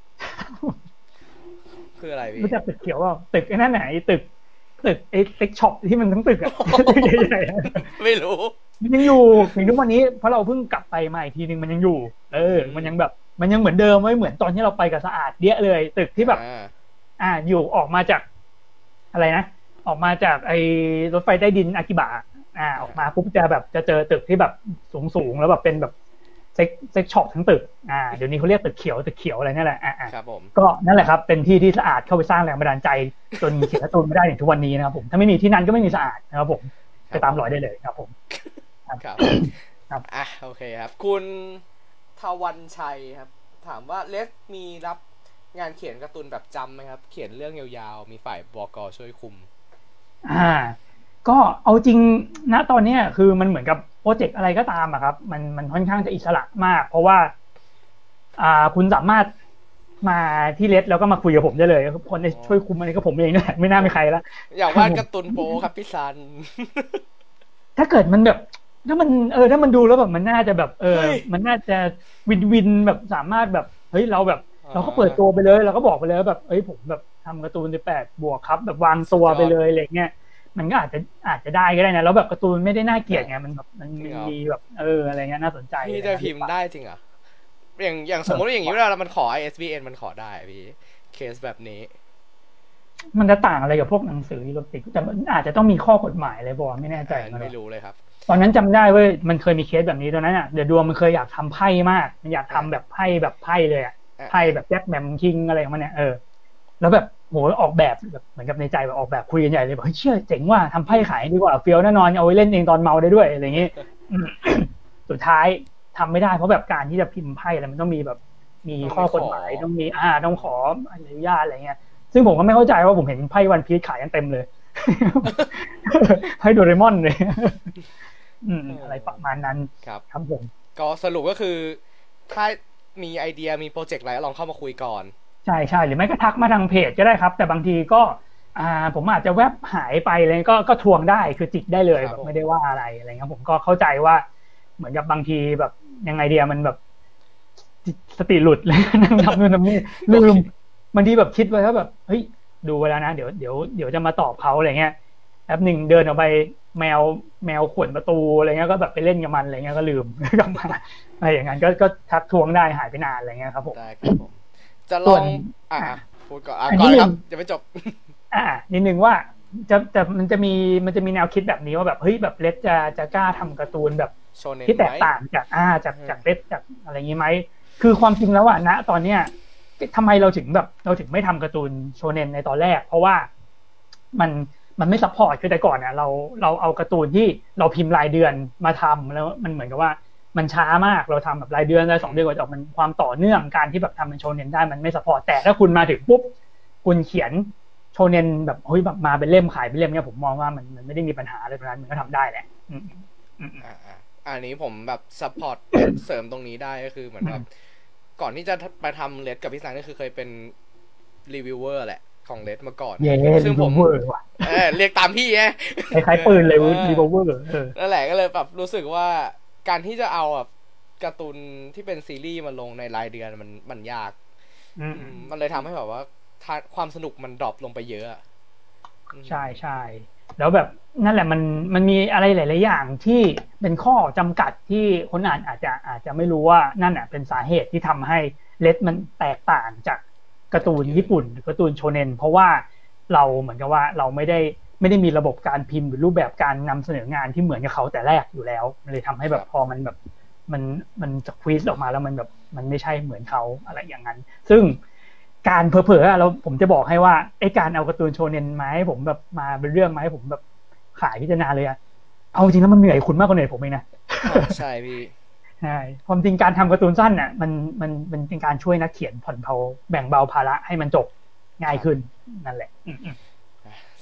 คืออะไรพี่รู้จักตึกเขียวว่าตึกไอ้นั่นไหนตึกตึกไอ้เซ็กช็อปที่มันทั้งตึกอ่ะใหญ่ๆไม่รู้มันยังอยู่ถึงทุกวันนี้เพราะเราเพิ่งกลับไปมาอีกทีนึงมันยังอยู่เออมันยังแบบมันยังเหมือนเดิมไม่เหมือนตอนที่เราไปกับสะอาดเดี้ยเลยตึกที่แบบอ่าอยู่ออกมาจากอะไรนะออกมาจากไอ้รถไฟใต้ดินอากิบะอ่าออกมาปุ๊บจะแบบจะเจอตึกที่แบบสูงๆแล้วแบบเป็นแบบเซ็กเซ็กช็อปทั้งตึกอ่าเดี๋ยวนี้เขาเรียกตึกเขียวตึกเขียวอะไรนั่นแหละอ่าครับผมก็นั่นแหละครับเป็นที่ที่สะอาดเข้าไปสร้างแรงบันดาลใจจนเขียนการ์ตูนไม่ได้ถึงทุกวันนี้นะครับผมถ้าไม่มีที่นั้นก็ไม่มีสะอาดนะครับผมไปตามรอยได้เลยครับผมครับครับอ่ะโอเคครับคุณทวันชัยครับถามว่าเลสมีรับงานเขียนการ์ตูนแบบจำไหมครับเขียนเรื่องยาวๆมีฝ่ายบก.ช่วยคุมอ่าก็เอาจริงณตอนนี้คือมันเหมือนกับโปรเจกต์อะไรก็ตามอะครับมันมันค่อนข้างจะอิสระมากเพราะว่าอ่าคุณสามารถมาที่เลสแล้วก็มาคุยกับผมได้เลยคนช่วยคุมอะไรก็ผมเองนี่แหละไม่น่ามีใครละอยากวาดการ์ตูนโป๊ครับพี่ซันถ้าเกิดมันแบบถ้ามันเออถ้ามันดูแล้วแบบมันน่าจะแบบเออมันน่าจะวินวินแบบสามารถแบบเฮ้ยเราแบบเราก็เปิดตัวไปเลยเราก็บอกไปเลยแบบเอ้ยผมแบบทำการ์ตูนสิบแปดบวกครับแบบวางตัวไปเลยอะไรเงี้ยมันก็อาจจะอาจจะได้ก็ได้นะแล้วแบบการ์ตูนไม่ได้น่าเกลียดไงมันแบบมันมีแบบเอออะไรเงี้ยน่าสนใจพี่จะพิมพ์ได้จริงเหรออย่างอย่างสมมติอย่างนี้เวลามันขอ ไอ เอส บี เอ็น มันขอได้พี่เคสแบบนี้มันจะต่างอะไรกับพวกหนังสืออีโรติกแต่มันอาจจะต้องมีข้อกฎหมายอะไรบอกไม่แน่ใจไม่รู้เลยครับตอนนั้นจำได้เว้ยมันเคยมีเคสแบบนี้ตอนนั้นอ่ะเดี๋ยวดวงมันเคยอยากทำไพ่มากมันอยากทำแบบไพ่แบบไพ่เลยอ่ะไพ่แบบแจ็คแมมคิงอะไรของมันเนี่ยเออแล้วแบบโหออกแบบแบบเหมือนกับในใจแบบออกแบบคุยกันใหญ่เลยบอกเฮ้ยเชื่อเจ๋งว่าทำไพ่ขายดีกว่าเฟี้ยวแน่นอนเอาไว้เล่นเองตอนเมาได้ด้วยอะไรอย่างงี้สุดท้ายทำไม่ได้เพราะแบบการที่จะพิมพ์ไพ่อะไรมันต้องมีแบบมีข้อกฎหมายต้องมีอ่าต้องขออนุญาตอะไรเงี้ยซึ่งผมก็ไม่เข้าใจว่าผมเห็นไพ่วันพีชขายกันเต็มเลยไพ่โดเรมอนเลยอืมอะไรประมาณนั้นครับครับผมก็สรุปก็คือถ้ามีไอเดียมีโปรเจกต์อะไรลองเข้ามาคุยก่อนใช่ใช่หรือไม่ก็ทักมาทางเพจก็ได้ครับแต่บางทีก็อ่าผมอาจจะแวบหายไปเลยก็ก็ทวงได้คือจิกได้เลยแบบไม่ได้ว่าอะไรอะไรเงี้ยผมก็เข้าใจว่าเหมือนกับบางทีแบบยังไงเดียมันแบบสติหลุดเลยนั่งทำนู่นทำนี่ลืมบางทีแบบคิดไว้ว่าแบบเฮ้ยดูไว้แล้วนะเดี๋ยวเดี๋ยวเดี๋ยวจะมาตอบเขาอะไรเงี้ยแป๊บหนึ่งเดินออกไปแมวแมวข่วนประตูอะไรเงี้ยก็แบบไปเล่นกับมันอะไรเงี้ยก็ลืมกลับมาอะไรอย่างนั้นก็ก็ทักทวงได้หายไปนานอะไรเงี้ยครับผมได้ครับผมจะลองอ่าพูดก่อนอ่าก่อนครับจะไม่จบอ่านิดนึงว่าจะจะมันจะมีมันจะมีแนวคิดแบบนี้ว่าแบบเฮ้ยแบบเลสจะจะกล้าทำการ์ตูนแบบที่แตกต่างจากอ่าจากจากเลสจากอะไรอย่างนี้ไหมคือความจริงแล้วอ่ะณตอนเนี้ยทำไมเราถึงแบบเราถึงไม่ทำการ์ตูนโชเนนในตอนแรกเพราะว่ามันมันไม่ซัพพอร์ตคือแต่ก่อนเนี่ยเราเราเอาการ์ตูนที่เราพิมพ์รายเดือนมาทำแล้วมันเหมือนกับว่ามันช้ามากเราทำแบบรายเดือนรายสองเดือนกว่าจะออกมันความต่อเนื่องการที่แบบทำเป็นโชเนนได้มันไม่ซัพพอร์ตแต่ถ้าคุณมาถึงปุ๊บคุณเขียนโชเนนแบบเฮ้ยแบบมาเป็นเล่มขายเป็นเล่มเนี่ยผมมองว่ามันมันไม่ได้มีปัญหาอะไรตรงนั้นมันก็ทำได้แหละอ่าอันนี้ผมแบบซัพพอร์ตเสริมตรงนี้ได้ก็คือเหมือนแบบก่อนที่จะไปทำเลดกับพี่สังก็คือเคยเป็นรีวิวเวอร์แหละของเลดมาก่อนซึ่งผมเออเรียกตามพี่ไงคล้ายๆปืนเลยรีวิวเวอร์นั่นแหละก็เลยแบบรู้สึกว่าการที่จะเอาแบบการ์ตูนที่เป็นซีรีส์มาลงในรายเดือนมันมันยากมันเลยทำให้แบบว่าความสนุกมันดรอปลงไปเยอะใช่ใช่แล้วแบบนั่นแหละมันมันมีอะไรหลายๆอย่างที่เป็นข้อจำกัดที่คนอ่านอาจจะอาจจะไม่รู้ว่านั่นอ่ะเป็นสาเหตุที่ทำให้เลดมันแตกต่างจากการ์ตูนญี่ปุ่นหรือการ์ตูนโชเนนเพราะว่าเราเหมือนกับว่าเราไม่ได้ไม่ได้มีระบบการพิมพ์หรือรูปแบบการนำเสนองานที่เหมือนกับเขาแต่แรกอยู่แล้วมันเลยทำให้แบบพอมันแบบมันมันจะควีสออกมาแล้วมันแบบมันไม่ใช่เหมือนเขาอะไรอย่างนั้นซึ่งการเผลอๆเราผมจะบอกให้ว่าไอ้การเอาการ์ตูนโชเนนมาให้ผมแบบมาเป็นเรื่องมาให้ผมแบบขายพิจารณาเลยอะเอาจริงแล้วมันเหนื่อยคุณมากกว่าเหนื่อยผมเองนะใช่พี่ใช่ความจริงการทำการ์ตูนสั้นน่ะมันมันมันเป็นการช่วยนักเขียนผ่อนเบาแบ่งเบาภาระให้มันจบง่ายขึ้นนั่นแหละ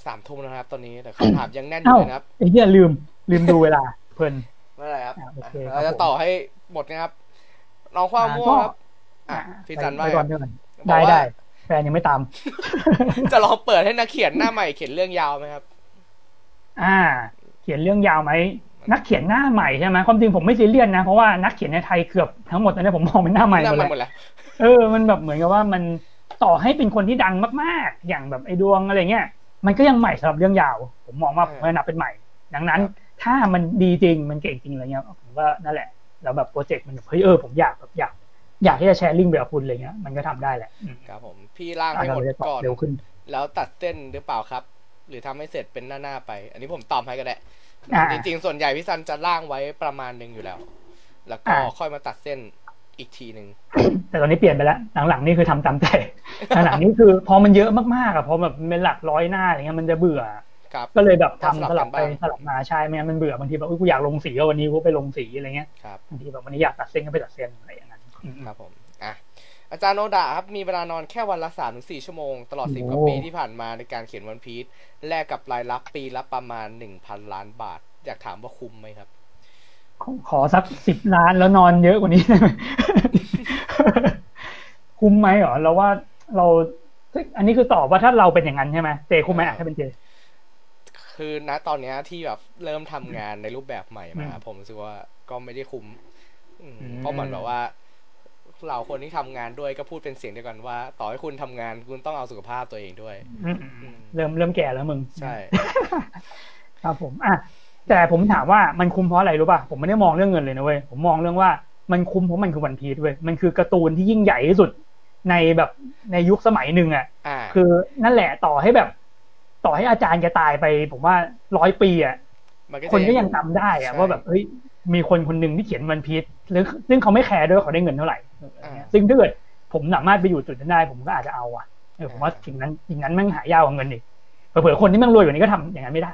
สามทุ่มนะครับตอนนี้แต่คำถามยังแน่นอยู่เลยนะครับไอ้เนี่ยลืมลืมดูเวลาเพลินไม่เป็นไรครับเราจะต่อให้หมดนะครับน้องความม่วงครับอ่ะพี่จันว่าได้ได้แฟนยังไม่ตามจะลองเปิดให้นักเขียนหน้าใหม่เขียนเรื่องยาวไหมครับอ่าเขียนเรื่องยาวไหมนักเขียนหน้าใหม่ใช่ไหมความจริงผมไม่ซีเรียสนะเพราะว่านักเขียนในไทยเกือบทั้งหมดตอนนี้ผมมองเป็นหน้าใหม่หมดเลยเออมันแบบเหมือนกับว่ามันต่อให้เป็นคนที่ดังมากๆอย่างแบบไอ้ดวงอะไรเงี้ยมันก็ยังใหม่สำหรับเรื่องยาวผมมองว่าผมนับเป็นใหม่ดังนั้นถ้ามันดีจริงมันเก่งจริงอะไรเงี้ยผมว่านั่นแหละแล้วแบบโปรเจกต์มันเฮ้ยเออผมอยากแบบอยากอยากที่จะแชร์ลิงก์แบบคุณอะไรเงี้ยมันก็ทำได้แหละครับผมพี่ร่างให้หมดก่อนแล้วตัดเส้นหรือเปล่าครับหรือทำให้เสร็จเป็นหน้าๆไปอันนี้ผมตอบให้ก็ได้จริงๆส่วนใหญ่พี่ซันจะร่างไว้ประมาณนึงอยู่แล้วแล้วก็ค่อยมาตัดเส้นอีกทีนึงแต่ตอนนี้เปลี่ยนไปแล้วหลังๆนี่คือทำตามใจหลังๆนี่คือพอมันเยอะมากๆอ่ะพอแบบเป็นหลักร้อยหน้าอย่างเงี้ยมันจะเบื่อก็เลยแบบทำสลับไปสลับมาใช่ไหมมันเบื่อบางทีแบบกูอยากลงสีวันนี้กูไปลงสีอะไรเงี้ยบางทีแบบวันนี้อยากตัดเส้นก็ไปตัดเส้นอะไรอย่างนั้นครับผมอ่ะอาจารย์โนดะครับมีเวลานอนแค่วันละ สามถึงสี่ ชั่วโมงตลอดสิบกว่าปีที่ผ่านมาในการเขียนวันพีซแลกกับรายรับปีละประมาณ หนึ่งพัน ล้านบาทอยากถามว่าคุ้มไหมครับขอสักสิบล้านแล้วนอนเยอะกว่านี้ได้ไหมคุ้มไหมเหรอเราว่าเราอันนี้คือตอบว่าถ้าเราเป็นอย่างนั้นใช่ไหมเจคุ้มไหมอ่ะถ้าเป็นเจคือณตอนนี้ที่แบบเริ่มทำงานในรูปแบบใหม่มาผมรู้สึกว่าก็ไม่ได้คุ้มเพราะเหมือนแบบว่าเราคนที่ทำงานด้วยก็พูดเป็นเสียงเดียวกันว่าต่อให้คุณทำงานคุณต้องเอาสุขภาพตัวเองด้วยเริ่มเริ่มแก่แล้วมึงใช่ครับผมอ่ะแต่ผมถามว่ามันคุ้มเพราะอะไรรู้ป่ะผมไม่ได้มองเรื่องเงินเลยนะเว้ยผมมองเรื่องว่ามันคุ้มเพราะมันคือวันพีซเว้ยมันคือการ์ตูนที่ยิ่งใหญ่ที่สุดในแบบในยุคสมัยหนึ่งอ่ะคือนั่นแหละต่อให้แบบต่อให้อาจารย์แกตายไปผมว่าร้อยปีอ่ะคนก็ยังจำได้อ่ะว่าแบบเฮ้ยมีคนคนหนึ่งที่เขียนวันพีซซึ่งเขาไม่แคร์ด้วยเขาได้เงินเท่าไหร่ซึ่งถ้าเกิดผมสามารถไปอยู่จุดนั้นได้ผมก็อาจจะเอาอ่ะเออผมว่าสิ่งนั้นสิ่งนั้นแม่งหายากกว่าเงินอีกเผื่อๆคนที่แม่งรวยกว่านี้ก็ทำอย่างนั้นไม่ได้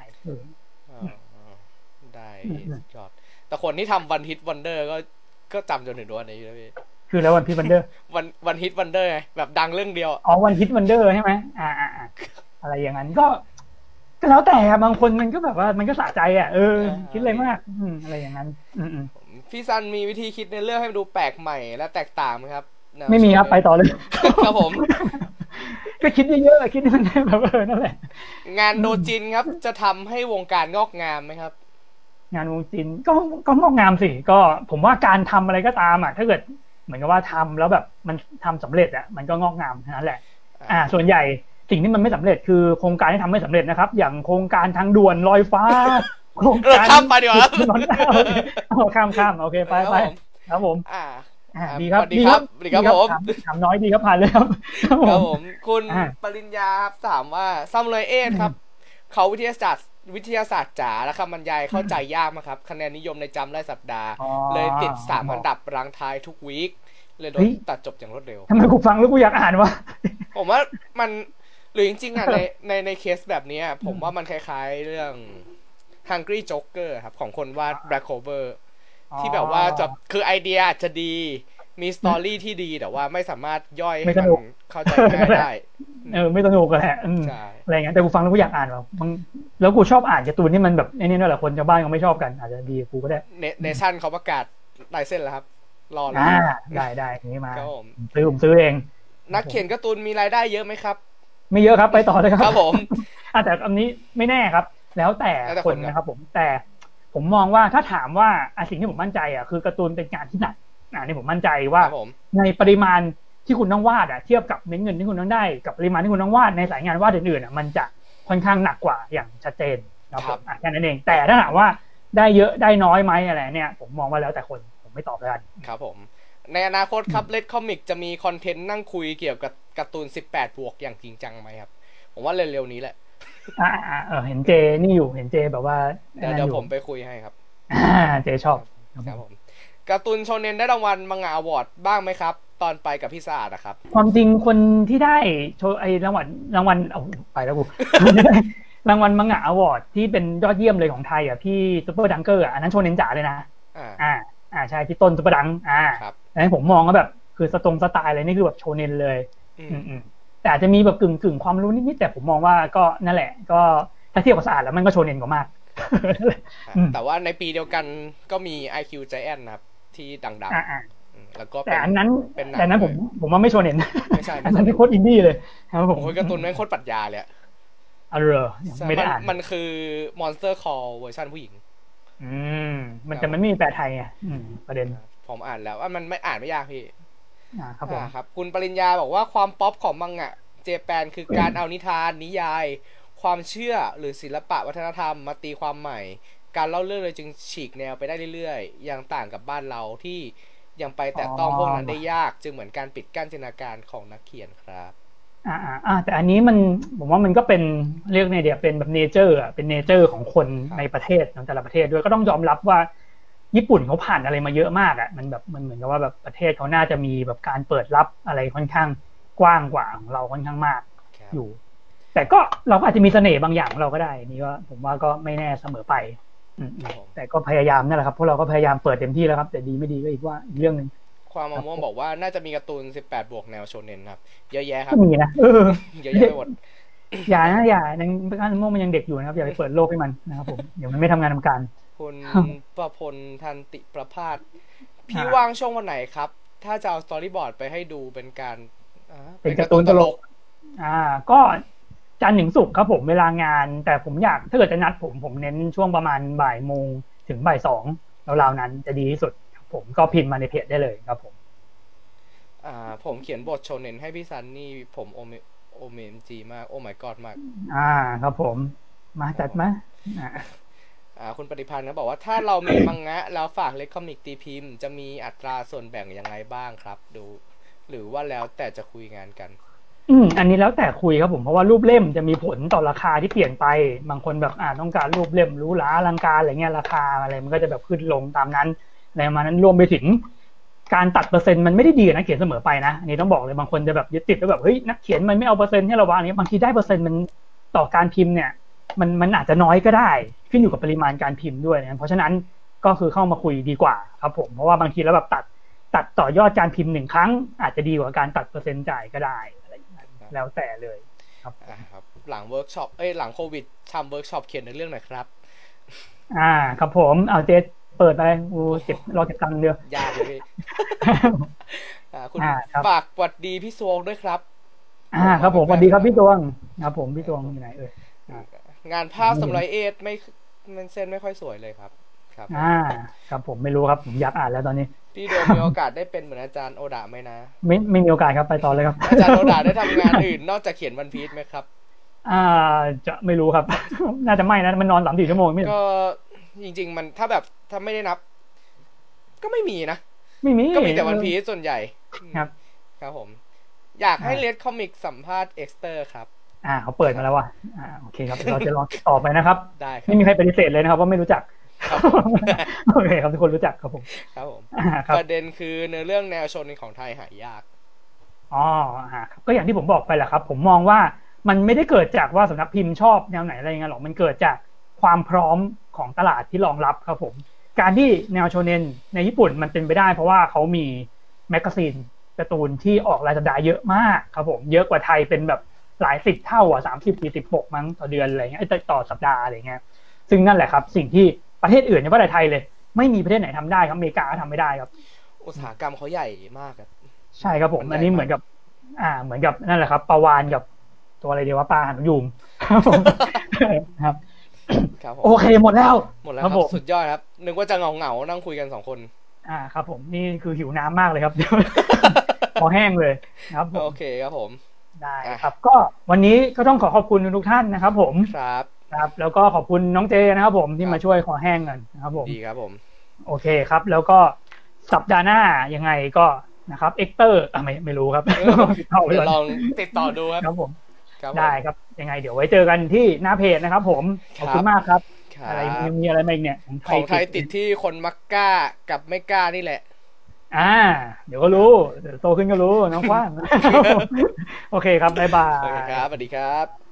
ได้ยอดแต่คนที่ทำวันฮิตวันเดอร์ก็ก็จำจนถึงวันนี้นะพี่คือแล้ววันฮิตวันเดอร์วันวันฮิตวันเดอร์ไงแบบดังเรื่องเดียวอ๋อวันฮิตวันเดอร์ใช่ไหมอ่าอ่าอะไรอย่างนั้นก็ก็แล้วแต่บางคนมันก็แบบว่ามันก็สะใจอ่ะเออคิดอะไรมากอืมอะไรอย่างนั้นอืมพี่ซันมีวิธีคิดในเรื่องให้มันดูแปลกใหม่และแตกต่างไหมครับไม่มีครับไปต่อเลยครับผมก็คิดเยอะๆคิดให้มันได้แบบเออนั่นแหละงานโดจินครับจะทำให้วงการงอกงามไหมครับงานวงจินก็ก็งอกงามสิก็ผมว่าการทำอะไรก็ตามอ่ะถ้าเกิดเหมือนกับว่าทำแล้วแบบมันทำสำเร็จอ่ะมันก็งอกงามนั่นแหละอ่าส่วนใหญ่สิ่งที่มันไม่สำเร็จคือโครงการที่ทำไม่สำเร็จนะครับอย่างโครงการทางด่วนลอยฟ้าโครงการข้ามไปดีกว่าเอาข้ามข้ามโอเคไปไปครับผมอ่าดีครับดีครับดีครับผมถามน้อยดีครับผ่านเลยครับครับผมคุณปริญญาครับถามว่าซัมเรเอทครับเขาวิทยาศาสตร์วิทยาศาสตร์จ๋าและคำบรรยายเข้าใจยากมากครับคะแนนนิยมในจำรายสัปดาห์เลยติดสามอันดับรังท้ายทุกวีคเลยโดนตัดจบอย่างรวดเร็วทำไมกูฟังแล้วกูอยากอ่านวะผมว่ามันหรือจริงๆอ่ะในในในเคสแบบนี้ผมว่ามันคล้ายๆเรื่อง Hungry Joker ครับของคนวาด Black Clover ที่แบบว่าจะคือไอเดียอาจจะดีมีสตอรี่ที่ดีแต่ว่าไม่สามารถย่อยให้มันเข้าใจง่ายได้เออไม่สนุกแหละอะไรเงี้ยแต่กูฟังแล้วกูอยากอ่านว่ะมึงแล้วกูชอบอ่านการ์ตูนที่มันแบบไอ้นี่นั่นแหละคนชาวบ้านเขาไม่ชอบกันอาจจะดีกูก็ได้เนชั่นเขาประกาศลายเส้นแล้วครับรอเลยได้ได้นี้มาซื้อผมซื้อเองนักเขียนการ์ตูนมีรายได้เยอะไหมครับไม่เยอะครับไปต่อเลยครับครับผมแต่อันนี้ไม่แน่ครับแล้วแต่คนนะครับผมแต่ผมมองว่าถ้าถามว่าสิ่งที่ผมมั่นใจอ่ะคือการ์ตูนเป็นงานที่หนักอ่านี่ผมมั่นใจว่าในปริมาณที่คุณต้องวาดอ่ะเทียบกับเม็ดเงินที่คุณต้องได้กับปริมาณที่คุณต้องวาดในสายงานวาดอื่นๆอ่ะมันจะค่อนข้างหนักกว่าอย่างชัดเจนนะครับอ่ะแค่นั้นเองแต่ถ้าถามว่าได้เยอะได้น้อยไหมอะไรเนี่ยผมมองว่าแล้วแต่คนผมไม่ตอบแล้วกันครับผมในอนาคตครับ Red Comic จะมีคอนเทนต์นั่งคุยเกี่ยวกับการ์ตูนสิบแปดบวกอย่างจริงจังไหมครับผมว่าเร็วๆนี้แหละอ่าเออเห็นเจนี่อยู่เห็นเจแบบว่าเดี๋ยวเดี๋ยวผมไปคุยให้ครับอ่าเจชอบครับผมการ์ตูนโชเน็นได้รางวัลมังงะอวอร์ดบ้างไหมครับตอนไปกับพี่สะอาดนะครับความจริงคนที่ได้โชไอรางวัลรางวัลเอาไปแล้วกูรางวัลมังงะอวอร์ดที่เป็นยอดเยี่ยมเลยของไทยอ่ะพี่ซุปเปอร์ดังเกอร์อ่ะอันนั้นโชเน็นจ๋าเลยนะอ่าอ่าอ่าใช่พี่ต้นซุปเปอร์ดังอ่าครับอันนี้ผมมองว่าแบบคือสตรงสไตล์อะไรนี่คือแบบโชเน็นเลยอืมอืมแต่อาจจะมีแบบกึ่งกึ่งความรู้นิดๆแต่ผมมองว่าก็นั่นแหละก็ถ้าเทียบกับสะอาดแล้วมันก็โชเน็นกว่ามากแต่ว่าในปีเดียวกันก็มี ไอ คิว Giant นะครับที่ดังๆแล้วก็แต่อันนั้นเป็นแต่นั้นผมผมว่าไม่โชเน็นไม่ใช่อันนั้นเป็นโคตรอินดี้เลยครับผมโอ้ยการ์ตูนแม่งโคตรปรัชญาเลยอ๋อเหรอไม่ได้อ่านมันคือ Monster Call เวอร์ชันผู้หญิงอืมมันแต่มันไม่มีแปลไทยไงประเด็นผมอ่านแล้วว่ามันไม่อ่านไม่ยากพี่อ่าครับผมครับคุณปริญญาบอกว่าความป๊อปของมังงะเจแปนคือการเอานิทานนิยายความเชื่อหรือศิลปะวัฒนธรรมมาตีความใหม่การเล่าเรื่องเลยจึงฉีกแนวไปได้เรื่อยๆยังต่างกับบ้านเราที่ยังไปแต่ต้องพวกนั้นได้ยากจึงเหมือนการปิดกั้นจินตนาการของนักเขียนครับอ่าอ่าแต่อันนี้มันผมว่ามันก็เป็นเรียกไงเดียวเป็นแบบเนเจอร์อ่ะเป็นเนเจอร์ของคนในประเทศของแต่ละประเทศด้วยก็ต้องยอมรับว่าญี่ปุ่นเขาผ่านอะไรมาเยอะมากอ่ะมันแบบมันเหมือนกับว่าแบบประเทศเขาน่าจะมีแบบการเปิดรับอะไรค่อนข้างกว้างกว่าของเราค่อนข้างมากอยู่แต่ก็เราก็อาจจะมีเสน่ห์บางอย่างเราก็ได้นี่ก็ผมว่าก็ไม่แน่เสมอไปแต่ก็พยายามนั่นแหละครับพวกเราก็พยายามเปิดเต็มที่แล้วครับแต่ดีไม่ดีก็อีกว่าอีกเรื่องนึงความมะม่วงบอกว่าน่าจะมีการ์ตูนสิบแปดบวกแนวโชเน็นครับเยอะแยะครับมีนะเออเยอะแยะไปหมดอย่านะอย่ายังการมะม่วงมันยังเด็กอยู่นะครับอย่าไปเปิดโลกให้มันนะครับผมเดี๋ยวมันไม่ทำงานทำการคุณประพลทันติประภาสพี่ว่างช่วงวันไหนครับถ้าจะเอาสตอรี่บอร์ดไปให้ดูเป็นการเป็นการ์ตูนตลกอ่าก็จันทร์ถึงศุกร์ครับผมเวลางานแต่ผมอยากถ้าเกิดจะนัดผมผมเน้นช่วงประมาณบ่ายโมงถึงบ่ายสองราวๆนั้นจะดีที่สุดผมก็พิมพ์มาในเพจได้เลยครับผมอ่าผมเขียนบทโชเน็นให้พี่ซันนี่ผมโอเมโอเมมจีมากโอ้ my god มากอ่าครับผมมาจัดมาอ่าอ่าคุณปฏิพันธ์นะบอกว่าถ้าเรามีมังงะแล้วฝากเล็กคอมิกตีพิมพ์จะมีอัตราส่วนแบ่งยังไงบ้างครับดูหรือว่าแล้วแต่จะคุยงานกันอืมอันนี้แล้วแต่คุยครับผมเพราะว่ารูปเล่มจะมีผลต่อราคาที่เปลี่ยนไปบางคนแบบอ่าต้องการรูปเล่มหรูหราอลังการอะไรเงี้ยราคาอะไรมันก็จะแบบขึ้นลงตามนั้นอะไรมานั้นรวมไปถึงการตัดเปอร์เซ็นต์มันไม่ได้ดีนะเขียนเสมอไปนะอันนี้ต้องบอกเลยบางคนจะแบบยึดติดแล้วแบบเฮ้ยนักเขียนมันไม่เอาเปอร์เซ็นต์ให้เราวางนี้บางทีได้เปอร์เซ็นต์มันต่อการพิมพ์เนี่ยมันมันอาจจะน้อยก็ได้ขึ้นอยู่กับปริมาณการพิมพ์ด้วยนะเพราะฉะนั้นก็คือเข้ามาคุยดีกว่าครับผมเพราะว่าบางทีแล้วแบบตัดตัดต่อยอดการพิมพ์หนึ่งครั้งอาจจะดีกว่าการตัดเปอร์เซ็นต์จ่ายก็ได้อะไรอย่างเงี้ยแล้วแต่เลยครับครับหลังเวิร์กช็อปเอ้ยหลังโควิดทำเวิร์กช็อปเขียนในเรื่องหน่อยครับอ่าครับผมเอาเจเปิดไปกูเก็บรอเก็บตังค์เดียวยากเลยพี่อ่าคุณฝากสวัสดีพี่ซวงด้วยครับอ่าครับผมสวัสดีครับพี่ซวงครับผมพี่ซวงอยู่ไหนเอ่ยงานภาพสำไรเอทไม่มันเส้นไม่ค่อยสวยเลยครับครับอ่าครับผมไม่รู้ครับผมอยากอ่านแล้วตอนนี้พี่โดมมีโอกาสได้เป็นเหมือนอาจารย์โอดาไหมนะไม่ไม่มีโอกาสครับไปต่อเลยครับอาจารย์โอดาได้ทำงานอื่นนอกจากเขียนวันพีชไหมครับอ่าจะไม่รู้ครับน่าจะไม่นะมันนอนสามสี่ชั่วโมงไม่ก็จริงๆมันถ้าแบบถ้าไม่ได้นับก็ไม่มีนะไม่มีก็มีแต่วันพีชส่วนใหญ่ครับครับผมอยากให้เลดคอมิกสัมภาษณ์เอ็กซ์เตอร์ครับอ่าเขาเปิดมาแล้วว่ะอ่าโอเคครับเราจะลองติดต่อไปนะครับได้ไม่มีใครปฏิเสธเลยนะครับว่าไม่รู้จักโอเคครับทุกคนรู้จักครับผมครับผมประเด็นคือเนื้อเรื่องแนวโชเน็นของไทยหายากอ๋อฮะก็อย่างที่ผมบอกไปแหละครับผมมองว่ามันไม่ได้เกิดจากว่าสำนักพิมพ์ชอบแนวไหนอะไรเงี้ยหรอกมันเกิดจากความพร้อมของตลาดที่รองรับครับผมการที่แนวโชเน็นในญี่ปุ่นมันเป็นไปได้เพราะว่าเขามีแมกกาซีนการ์ตูนที่ออกรายสัปดาห์เยอะมากครับผมเยอะกว่าไทยเป็นแบบหลายสิบเท่าอ่ะสามสิบสี่สิบปกมั้งต่อเดือนอะไรเงี้ยต่อสัปดาห์อะไรเงี้ยซึ่งนั่นแหละครับสิ่งที่ประเทศอื่นในประเทศไทยเลยไม่มีประเทศไหนทำได้ครับอเมริกาก็ทำไม่ได้ครับอุตสาหกรรมเขาใหญ่มากครับใช่ครับผมอันนี้เหมือนกับอ่าเหมือนกับนั่นแหละครับปลาวาฬกับตัวอะไรเดียวว่าปลาหางยูงครับโอเคหมดแล้วหมดแล้วครับสุดยอดครับนึกว่าจะเงาเงานั่งคุยกันสองคนอ่าครับผมนี่คือหิวน้ำมากเลยครับพอแห้งเลยครับโอเคครับผมได้ครับก็วันนี้ก็ต้องขอขอบคุณทุกท่านนะครับผมครับครับแล้วก็ขอบคุณน้องเจนะครับผมที่มาช่วยขอแห้งกันนะครับผมดีครับผมโอเคครับแล้วก็สัปดาห์หน้ายังไงก็นะครับเอ็กเตอร์อ่ะไม่ไม่รู้ครับลองติดต่อดูครับครับผมได้ครับยังไงเดี๋ยวไว้เจอกันที่หน้าเพจนะครับผมขอบคุณมากครับอะไรมีอะไรมาอีกเนี่ยของไทยติดที่คนมักกล้ากับไม่กล้านี่แหละอ่าเดี๋ยวก็รู้เดี๋ยวโตขึ้นก็รู้น้องกว้างโอเคครับบ๊ายบายโอเคครับสวัสดีครับ